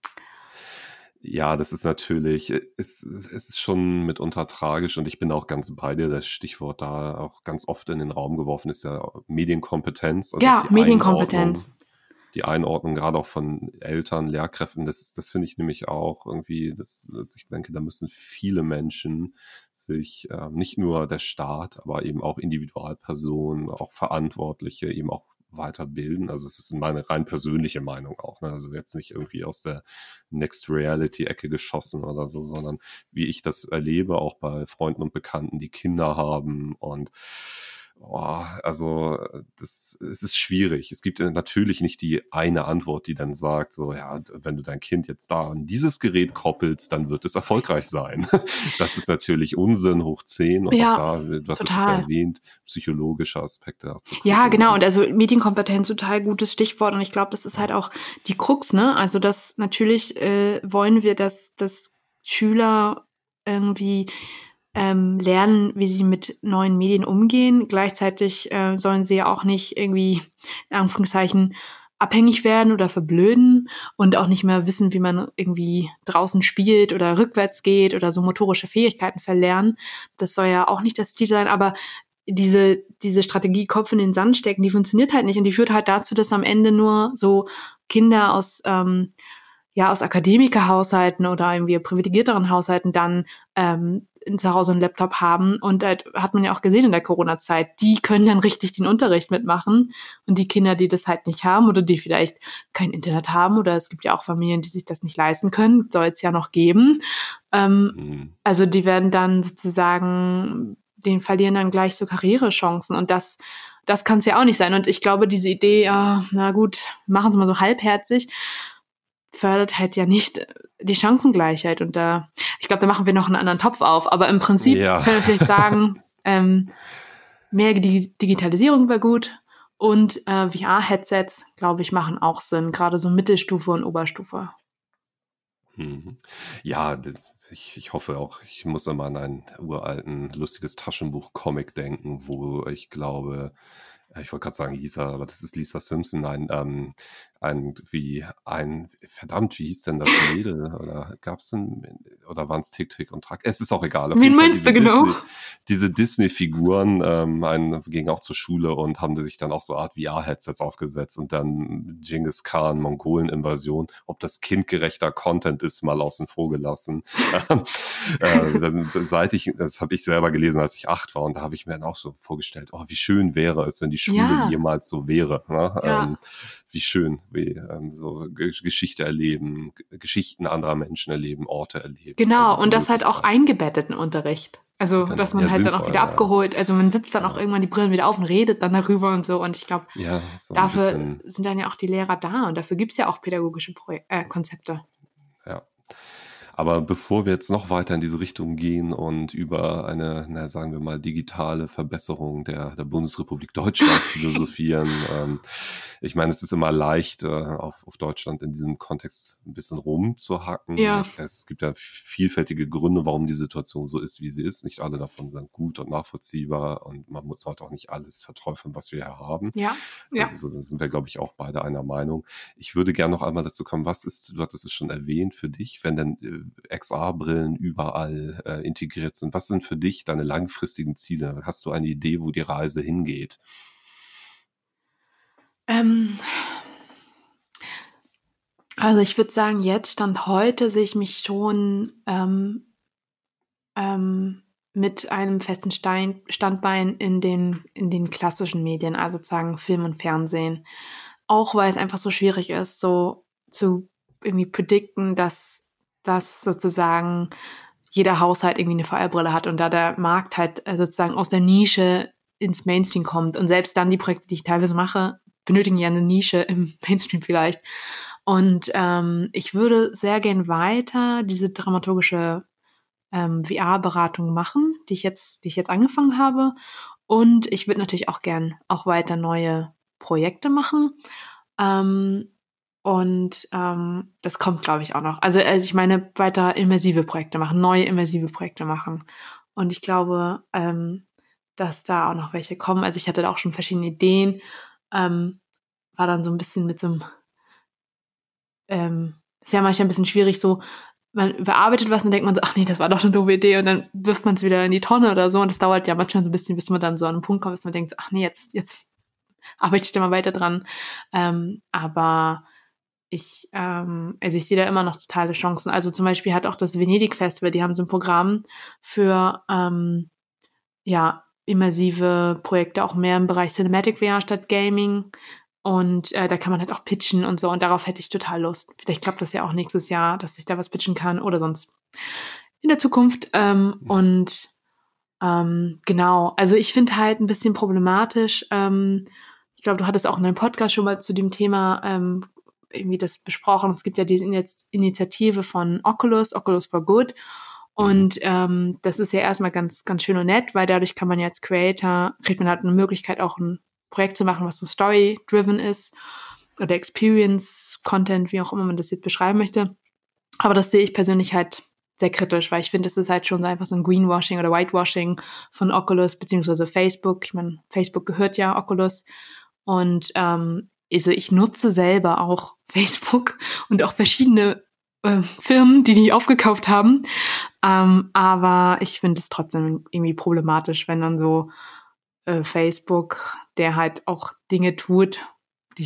Ja, das ist natürlich, es ist schon mitunter tragisch und ich bin auch ganz bei dir. Das Stichwort da auch ganz oft in den Raum geworfen ist ja Medienkompetenz, also auch ja, Medienkompetenz. die Einordnung gerade auch von Eltern, Lehrkräften. Das finde ich nämlich auch irgendwie, ich denke, da müssen viele Menschen sich, nicht nur der Staat, aber eben auch Individualpersonen, auch Verantwortliche eben auch weiterbilden. Also es ist meine rein persönliche Meinung auch. Ne? Also jetzt nicht irgendwie aus der Next Reality-Ecke geschossen oder so, sondern wie ich das erlebe, auch bei Freunden und Bekannten, die Kinder haben und also es ist schwierig. Es gibt natürlich nicht die eine Antwort, die dann sagt, so ja, wenn du dein Kind jetzt da an dieses Gerät koppelst, dann wird es erfolgreich sein. Das ist natürlich Unsinn hoch 10 und auch Ja, da, du hattest es ja total. erwähnt, psychologische Aspekte auch zu Ja, gucken genau. und Und also Medienkompetenz, total gutes Stichwort. Und ich glaube, das ist halt auch die Krux, ne? Also das natürlich wollen wir, dass Schüler irgendwie lernen, wie sie mit neuen Medien umgehen. Gleichzeitig sollen sie ja auch nicht irgendwie, in Anführungszeichen, abhängig werden oder verblöden und auch nicht mehr wissen, wie man irgendwie draußen spielt oder rückwärts geht oder so motorische Fähigkeiten verlernen. Das soll ja auch nicht das Ziel sein, aber diese Strategie Kopf in den Sand stecken, die funktioniert halt nicht und die führt halt dazu, dass am Ende nur so Kinder aus Akademikerhaushalten oder irgendwie privilegierteren Haushalten dann zu Hause einen Laptop haben. Und halt, hat man ja auch gesehen in der Corona-Zeit, die können dann richtig den Unterricht mitmachen. Und die Kinder, die das halt nicht haben oder die vielleicht kein Internet haben, oder es gibt ja auch Familien, die sich das nicht leisten können, soll es ja noch geben. Also die werden dann sozusagen, den verlieren dann gleich so Karrierechancen. Und das kann es ja auch nicht sein. Und ich glaube, diese Idee, na gut, machen Sie mal so halbherzig, fördert halt ja nicht die Chancengleichheit. Und ich glaube, da machen wir noch einen anderen Topf auf. Aber im Prinzip ja. können wir vielleicht sagen, mehr Digitalisierung wäre gut. Und VR-Headsets, glaube ich, machen auch Sinn. Gerade so Mittelstufe und Oberstufe. Mhm. Ja, ich hoffe auch, ich muss immer an ein uralten, lustiges Taschenbuch-Comic denken, wo ich glaube, ich wollte gerade sagen Lisa, aber das ist Lisa Simpson, verdammt, wie hieß denn das Mädel? Oder gab's denn, oder waren es Tick, Tick und Track? Es ist auch egal. Auf Wen jeden Fall meinst du genau? Diese Disney-Figuren, gingen auch zur Schule und haben sich dann auch so Art VR-Headsets aufgesetzt und dann Genghis Khan, Mongolen-Invasion, ob das kindgerechter Content ist, mal außen vor gelassen. Das habe ich selber gelesen, als ich 8 war und da habe ich mir dann auch so vorgestellt, wie schön wäre es, wenn die Schule Ja, jemals so wäre. Ne? ja. Wie schön, wie so Geschichte erleben, Geschichten anderer Menschen erleben, Orte erleben, all Genau, diese und das halt auch Möglichkeiten. eingebettet in Unterricht. Also, Genau, dass ja, man halt dann auch sinnvoll, wieder ja. abgeholt, also man sitzt dann auch Ja, irgendwann die Brillen wieder auf und redet dann darüber und so. Und ich glaube, ja, so ein dafür bisschen, sind dann ja auch die Lehrer da und dafür gibt's ja auch pädagogische Konzepte. ja. Aber bevor wir jetzt noch weiter in diese Richtung gehen und über eine, sagen wir mal, digitale Verbesserung der Bundesrepublik Deutschland philosophieren, ich meine, es ist immer leicht, auf Deutschland in diesem Kontext ein bisschen rumzuhacken. Ja. Es gibt ja vielfältige Gründe, warum die Situation so ist, wie sie ist. Nicht alle davon sind gut und nachvollziehbar und man sollte auch nicht alles verteufeln, was wir hier haben. Ja. Also da sind wir, glaube ich, auch beide einer Meinung. Ich würde gerne noch einmal dazu kommen, du hattest es schon erwähnt, für dich, wenn denn XR-Brillen überall integriert sind, was sind für dich deine langfristigen Ziele? Hast du eine Idee, wo die Reise hingeht? Also ich würde sagen, jetzt, Stand heute, sehe ich mich schon mit einem festen Standbein in den klassischen Medien, also sozusagen Film und Fernsehen. Auch weil es einfach so schwierig ist, so zu irgendwie predikten, dass sozusagen jeder Haushalt irgendwie eine VR-Brille hat und da der Markt halt sozusagen aus der Nische ins Mainstream kommt. Und selbst dann die Projekte, die ich teilweise mache, benötigen ja eine Nische im Mainstream vielleicht. Und ich würde sehr gern weiter diese dramaturgische VR-Beratung machen, die ich jetzt angefangen habe. Und ich würde natürlich auch gern auch weiter neue Projekte machen. Das kommt, glaube ich, auch noch. Also ich meine, weiter immersive Projekte machen, neue immersive Projekte machen. Und ich glaube, dass da auch noch welche kommen. Also ich hatte da auch schon verschiedene Ideen. War dann so ein bisschen mit so einem, ist ja manchmal ein bisschen schwierig, so, man überarbeitet was und dann denkt man so, ach nee, das war doch eine doofe Idee und dann wirft man es wieder in die Tonne oder so und das dauert ja manchmal so ein bisschen, bis man dann so an einen Punkt kommt, dass man denkt, ach nee, jetzt arbeite ich da mal weiter dran. Aber also ich sehe da immer noch totale Chancen. Also zum Beispiel hat auch das Venedig Festival, die haben so ein Programm für immersive Projekte, auch mehr im Bereich Cinematic VR statt Gaming. Und da kann man halt auch pitchen und so. Und darauf hätte ich total Lust. Vielleicht klappt das ja auch nächstes Jahr, dass ich da was pitchen kann oder sonst in der Zukunft. Genau. Also ich finde halt ein bisschen problematisch. Ich glaube, du hattest auch in deinem Podcast schon mal zu dem Thema irgendwie das besprochen. Es gibt ja diese Initiative von Oculus for Good. Und das ist ja erstmal ganz, ganz schön und nett, weil dadurch kann man ja als Creator, kriegt man halt eine Möglichkeit, auch ein Projekt zu machen, was so story-driven ist oder Experience-Content, wie auch immer man das jetzt beschreiben möchte. Aber das sehe ich persönlich halt sehr kritisch, weil ich finde, es ist halt schon so einfach so ein Greenwashing oder Whitewashing von Oculus beziehungsweise Facebook. Ich meine, Facebook gehört ja Oculus. Und also ich nutze selber auch Facebook und auch verschiedene Firmen, die aufgekauft haben. Aber ich finde es trotzdem irgendwie problematisch, wenn dann so Facebook, der halt auch Dinge tut, die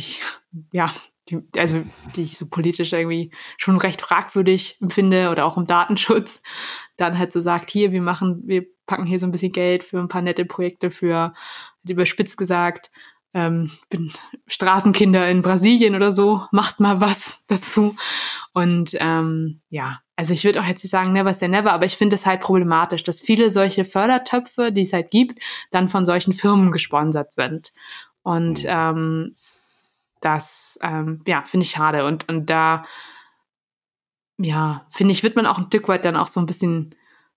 ich so politisch irgendwie schon recht fragwürdig empfinde oder auch im Datenschutz, dann halt so sagt, hier, wir packen hier so ein bisschen Geld für ein paar nette Projekte für, überspitzt gesagt, bin Straßenkinder in Brasilien oder so, macht mal was dazu. Und also ich würde auch jetzt nicht sagen, never say never, aber ich finde es halt problematisch, dass viele solche Fördertöpfe, die es halt gibt, dann von solchen Firmen gesponsert sind. Und das finde ich schade. Und da, finde ich, wird man auch ein Stück weit dann auch so ein bisschen,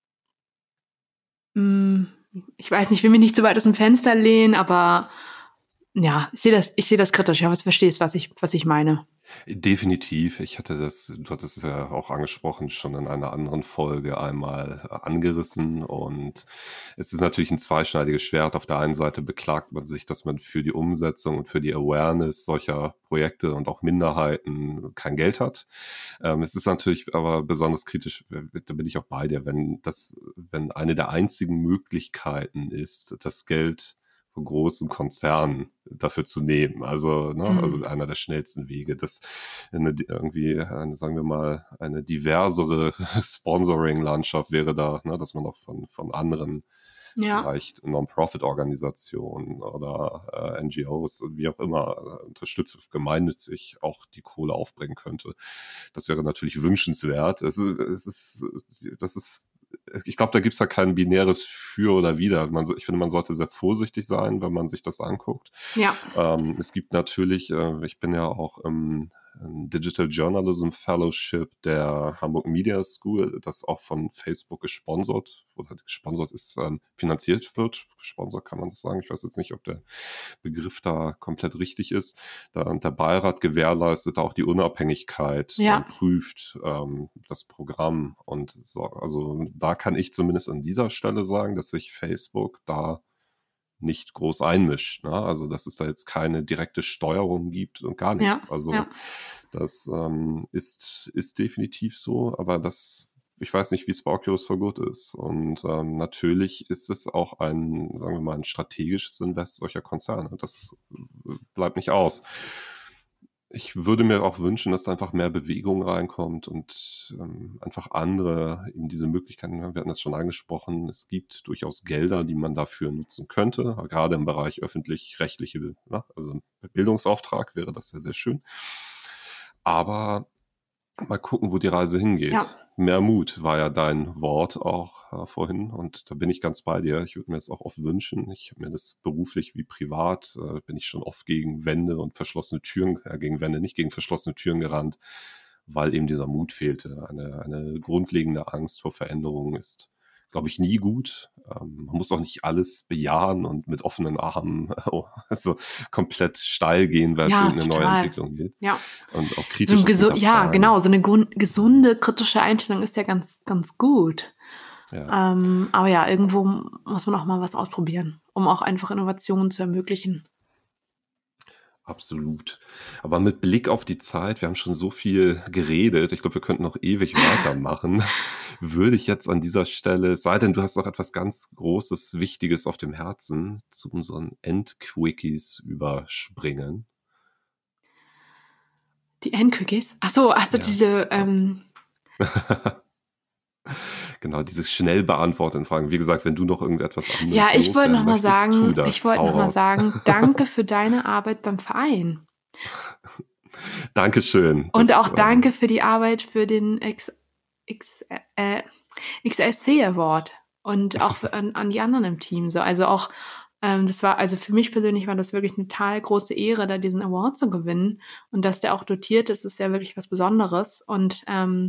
ich weiß nicht, ich will mich nicht zu weit aus dem Fenster lehnen, aber ja, ich sehe das kritisch. Ich hoffe, du verstehst, was ich meine. Definitiv. Du hattest es ja auch angesprochen, schon in einer anderen Folge einmal angerissen. Und es ist natürlich ein zweischneidiges Schwert. Auf der einen Seite beklagt man sich, dass man für die Umsetzung und für die Awareness solcher Projekte und auch Minderheiten kein Geld hat. Es ist natürlich aber besonders kritisch, da bin ich auch bei dir, wenn eine der einzigen Möglichkeiten ist, das Geld von großen Konzernen dafür zu nehmen. Also, also einer der schnellsten Wege, dass sagen wir mal, eine diversere Sponsoring-Landschaft wäre da, dass man auch von anderen vielleicht Non-Profit-Organisationen oder NGOs, wie auch immer, unterstützt, gemeinnützig auch die Kohle aufbringen könnte. Das wäre natürlich wünschenswert. Ich glaube, da gibt es ja kein binäres Für oder Wider. Ich finde, man sollte sehr vorsichtig sein, wenn man sich das anguckt. Ja. Es gibt natürlich, ich bin ja auch im ein Digital Journalism Fellowship der Hamburg Media School, das auch von Facebook gesponsert oder gesponsert ist, finanziert wird. Gesponsert kann man das sagen. Ich weiß jetzt nicht, ob der Begriff da komplett richtig ist. Der Beirat gewährleistet auch die Unabhängigkeit und prüft das Programm. Und so, also da kann ich zumindest an dieser Stelle sagen, dass sich Facebook da nicht groß einmischt. Ne? Also dass es da jetzt keine direkte Steuerung gibt und gar nichts. Das ist definitiv so, aber ich weiß nicht, wie es bei Oculus for Good ist. Und natürlich ist es auch sagen wir mal, ein strategisches Invest solcher Konzerne. Das bleibt nicht aus. Ich würde mir auch wünschen, dass da einfach mehr Bewegung reinkommt und einfach andere eben diese Möglichkeiten, wir hatten das schon angesprochen, es gibt durchaus Gelder, die man dafür nutzen könnte, gerade im Bereich öffentlich-rechtliche, also Bildungsauftrag wäre das sehr, sehr schön. Aber mal gucken, wo die Reise hingeht. Ja. Mehr Mut war ja dein Wort auch vorhin und da bin ich ganz bei dir. Ich würde mir das auch oft wünschen. Ich habe mir das beruflich wie privat, bin ich schon oft gegen Wände und verschlossene Türen, nicht gegen verschlossene Türen gerannt, weil eben dieser Mut fehlte. Eine grundlegende Angst vor Veränderungen ist, glaube ich, nie gut. Man muss auch nicht alles bejahen und mit offenen Armen also komplett steil gehen, weil es in eine neue Entwicklung geht. Ja. Und auch kritisch. Ja, genau. So eine gesunde, kritische Einstellung ist ja ganz, ganz gut. Ja. Aber ja, irgendwo muss man auch mal was ausprobieren, um auch einfach Innovationen zu ermöglichen. Absolut. Aber mit Blick auf die Zeit, wir haben schon so viel geredet, ich glaube, wir könnten noch ewig weitermachen, würde ich jetzt an dieser Stelle, es sei denn, du hast noch etwas ganz Großes, Wichtiges auf dem Herzen, zu unseren Endquickies überspringen. Die Endquickies? Achso, diese... Genau, diese schnell beantworteten Fragen. Wie gesagt, wenn du noch irgendetwas anderes Ja, ich wollte noch mal sagen, danke für deine Arbeit beim Verein. Dankeschön. Und auch danke für die Arbeit für den XSC Award und auch an die anderen im Team. So. Also auch, also für mich persönlich war das wirklich eine total große Ehre, da diesen Award zu gewinnen. Und dass der auch dotiert ist, ist ja wirklich was Besonderes. Und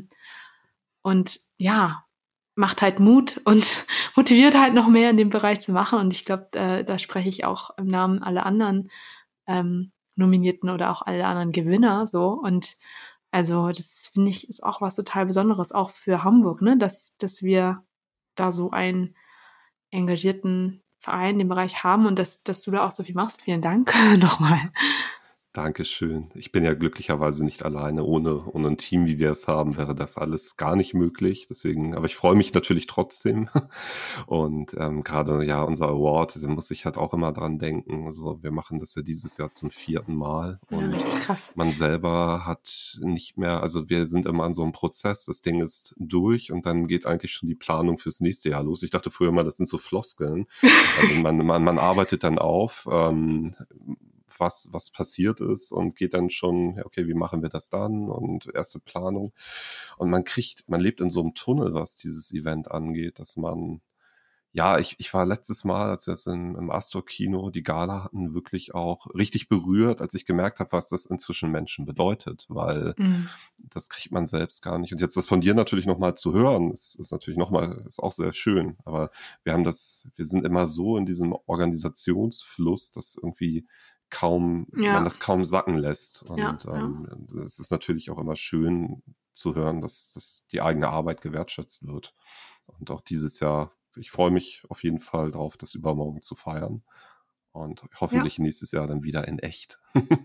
ja, macht halt Mut und motiviert halt noch mehr in dem Bereich zu machen. Und ich glaube, da spreche ich auch im Namen aller anderen Nominierten oder auch alle anderen Gewinner so. Und also das finde ich ist auch was total Besonderes, auch für Hamburg, ne, dass wir da so einen engagierten Verein in dem Bereich haben und dass du da auch so viel machst. Vielen Dank nochmal. Dankeschön. Ich bin ja glücklicherweise nicht alleine. Ohne ein Team, wie wir es haben, wäre das alles gar nicht möglich. Deswegen, aber ich freue mich natürlich trotzdem. Und gerade ja, unser Award, da muss ich halt auch immer dran denken. Also wir machen das ja dieses Jahr zum 4. Mal. Und richtig krass. Man selber hat nicht mehr, also wir sind immer an so einem Prozess, das Ding ist durch und dann geht eigentlich schon die Planung fürs nächste Jahr los. Ich dachte früher immer, das sind so Floskeln. Also man arbeitet dann auf, was passiert ist und geht dann schon, okay, wie machen wir das dann und erste Planung. Und man lebt in so einem Tunnel, was dieses Event angeht, dass man, ja, ich war letztes Mal, als wir es im Astor-Kino, die Gala hatten, wirklich auch richtig berührt, als ich gemerkt habe, was das inzwischen Menschen bedeutet, weil das kriegt man selbst gar nicht. Und jetzt das von dir natürlich nochmal zu hören, ist natürlich ist auch sehr schön. Aber wir sind immer so in diesem Organisationsfluss, dass irgendwie man das kaum sacken lässt. Und es ist natürlich auch immer schön zu hören, dass die eigene Arbeit gewertschätzt wird. Und auch dieses Jahr, ich freue mich auf jeden Fall drauf, das übermorgen zu feiern. Und hoffentlich nächstes Jahr dann wieder in echt.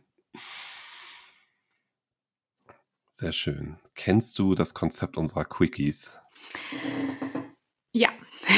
Sehr schön. Kennst du das Konzept unserer Quickies? Ja.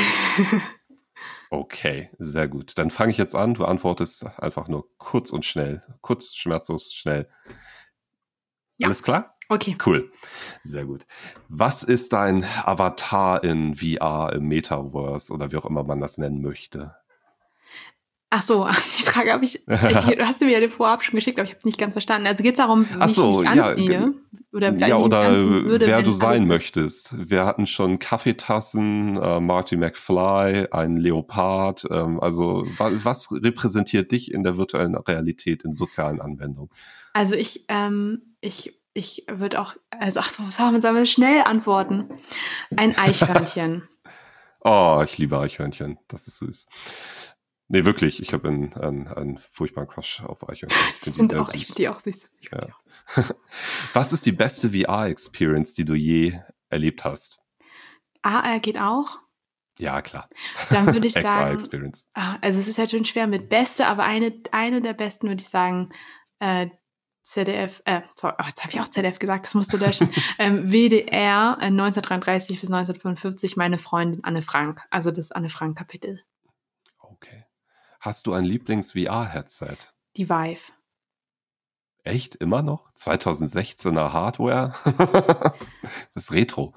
Okay, sehr gut. Dann fange ich jetzt an. Du antwortest einfach nur kurz und schnell. Kurz, schmerzlos, schnell. Ja. Alles klar? Okay. Cool. Sehr gut. Was ist dein Avatar in VR, im Metaverse oder wie auch immer man das nennen möchte? Ach so, die Frage du hast mir ja vorab schon geschickt, aber ich habe nicht ganz verstanden. Also geht es darum, wie Ach ich mich so, ja, anziehe? Oder wie ja, ich mich oder anziehen würde, wer wenn du alles sein mit... möchtest. Wir hatten schon Kaffeetassen, Marty McFly, einen Leopard. Also was repräsentiert dich in der virtuellen Realität in sozialen Anwendungen? Also ich würde auch, ach so, sollen wir schnell antworten? Ein Eichhörnchen. Oh, ich liebe Eichhörnchen. Das ist süß. Nee, wirklich. Ich habe einen furchtbaren Crush auf Eichhörnchen. Ich finde die sehr Ich finde süß. die auch süß. Ja. Was ist die beste VR-Experience, die du je erlebt hast? AR geht auch. Ja, klar. Dann würde ich sagen, XR-Experience. also es ist halt schon schwer mit Beste, aber eine der besten würde ich sagen, ZDF, sorry, jetzt habe ich auch ZDF gesagt, das musst du löschen. WDR 1933 bis 1945, meine Freundin Anne Frank, also das Anne Frank-Kapitel. Okay. Hast du ein Lieblings-VR-Headset? Die Vive. Echt? Immer noch? 2016er Hardware? Das ist Retro.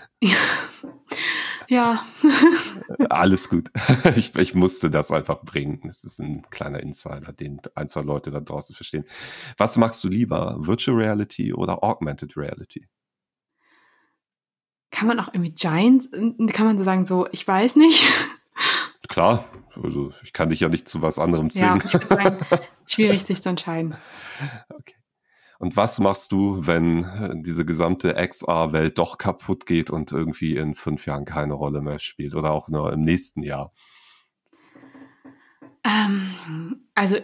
Ja. Alles gut. Ich musste das einfach bringen. Es ist ein kleiner Insider, den ein, zwei Leute da draußen verstehen. Was magst du lieber? Virtual Reality oder Augmented Reality? Kann man auch irgendwie Giants, kann man so sagen, so, ich weiß nicht. Klar, also ich kann dich ja nicht zu was anderem zwingen. Ja, ich würde sagen, schwierig sich zu entscheiden. Okay. Und was machst du, wenn diese gesamte XR-Welt doch kaputt geht und irgendwie in 5 Jahren keine Rolle mehr spielt oder auch nur im nächsten Jahr? Also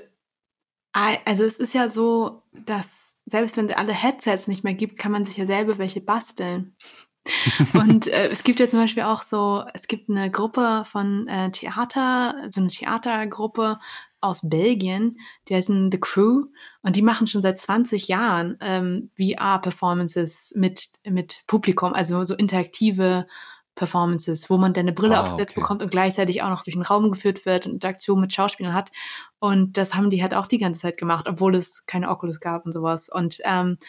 es ist ja so, dass selbst wenn es alle Headsets nicht mehr gibt, kann man sich ja selber welche basteln. Und es gibt ja zum Beispiel auch so, es gibt eine Gruppe von Theater, so eine Theatergruppe aus Belgien, die heißen The Crew und die machen schon seit 20 Jahren VR-Performances mit Publikum, also so interaktive Performances, wo man dann eine Brille aufgesetzt Okay. bekommt und gleichzeitig auch noch durch den Raum geführt wird und Interaktion mit Schauspielern hat. Und das haben die halt auch die ganze Zeit gemacht, obwohl es keine Oculus gab und sowas. Und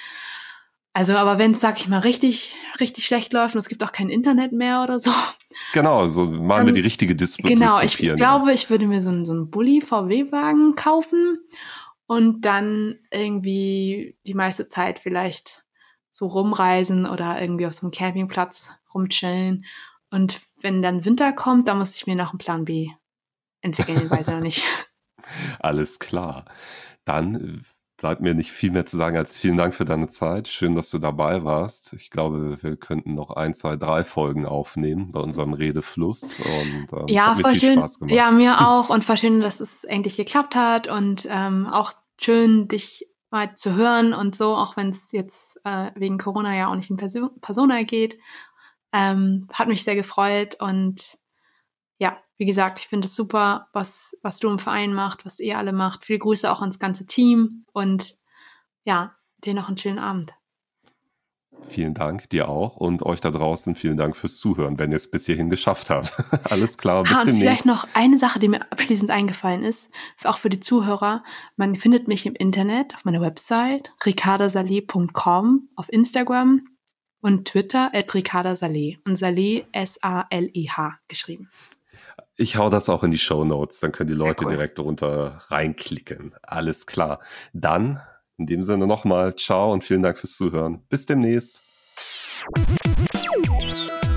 aber wenn es, sag ich mal, richtig, richtig schlecht läuft und es gibt auch kein Internet mehr oder so. Genau, so malen wir die richtige Genau, ich Dystopie. glaube, ich würde mir so einen Bulli VW-Wagen kaufen und dann irgendwie die meiste Zeit vielleicht so rumreisen oder irgendwie auf so einem Campingplatz rumchillen. Und wenn dann Winter kommt, dann muss ich mir noch einen Plan B entwickeln, ich weiß ja noch nicht. Alles klar. Dann bleibt mir nicht viel mehr zu sagen als vielen Dank für deine Zeit. Schön, dass du dabei warst. Ich glaube, wir könnten noch 1, 2, 3 Folgen aufnehmen bei unserem Redefluss. Und es Ja, hat mir voll viel schön. Spaß gemacht. Ja, mir auch. Und voll schön, dass es endlich geklappt hat. Und auch schön, dich mal zu hören und so, auch wenn es jetzt wegen Corona ja auch nicht in Persona geht. Hat mich sehr gefreut. Und ja, wie gesagt, ich finde es super, was du im Verein macht, was ihr alle macht. Viele Grüße auch ans ganze Team. Und ja, dir noch einen schönen Abend. Vielen Dank, dir auch. Und euch da draußen vielen Dank fürs Zuhören, wenn ihr es bis hierhin geschafft habt. Alles klar, bis Und demnächst. vielleicht noch eine Sache, die mir abschließend eingefallen ist, auch für die Zuhörer. Man findet mich im Internet, auf meiner Website, ricardasaleh.com, auf Instagram und Twitter @ricardasaleh. Und Saleh, S-A-L-E-H geschrieben. Ich hau das auch in die Shownotes, dann können die Leute cool. direkt darunter reinklicken. Alles klar. Dann, in dem Sinne nochmal, ciao und vielen Dank fürs Zuhören. Bis demnächst.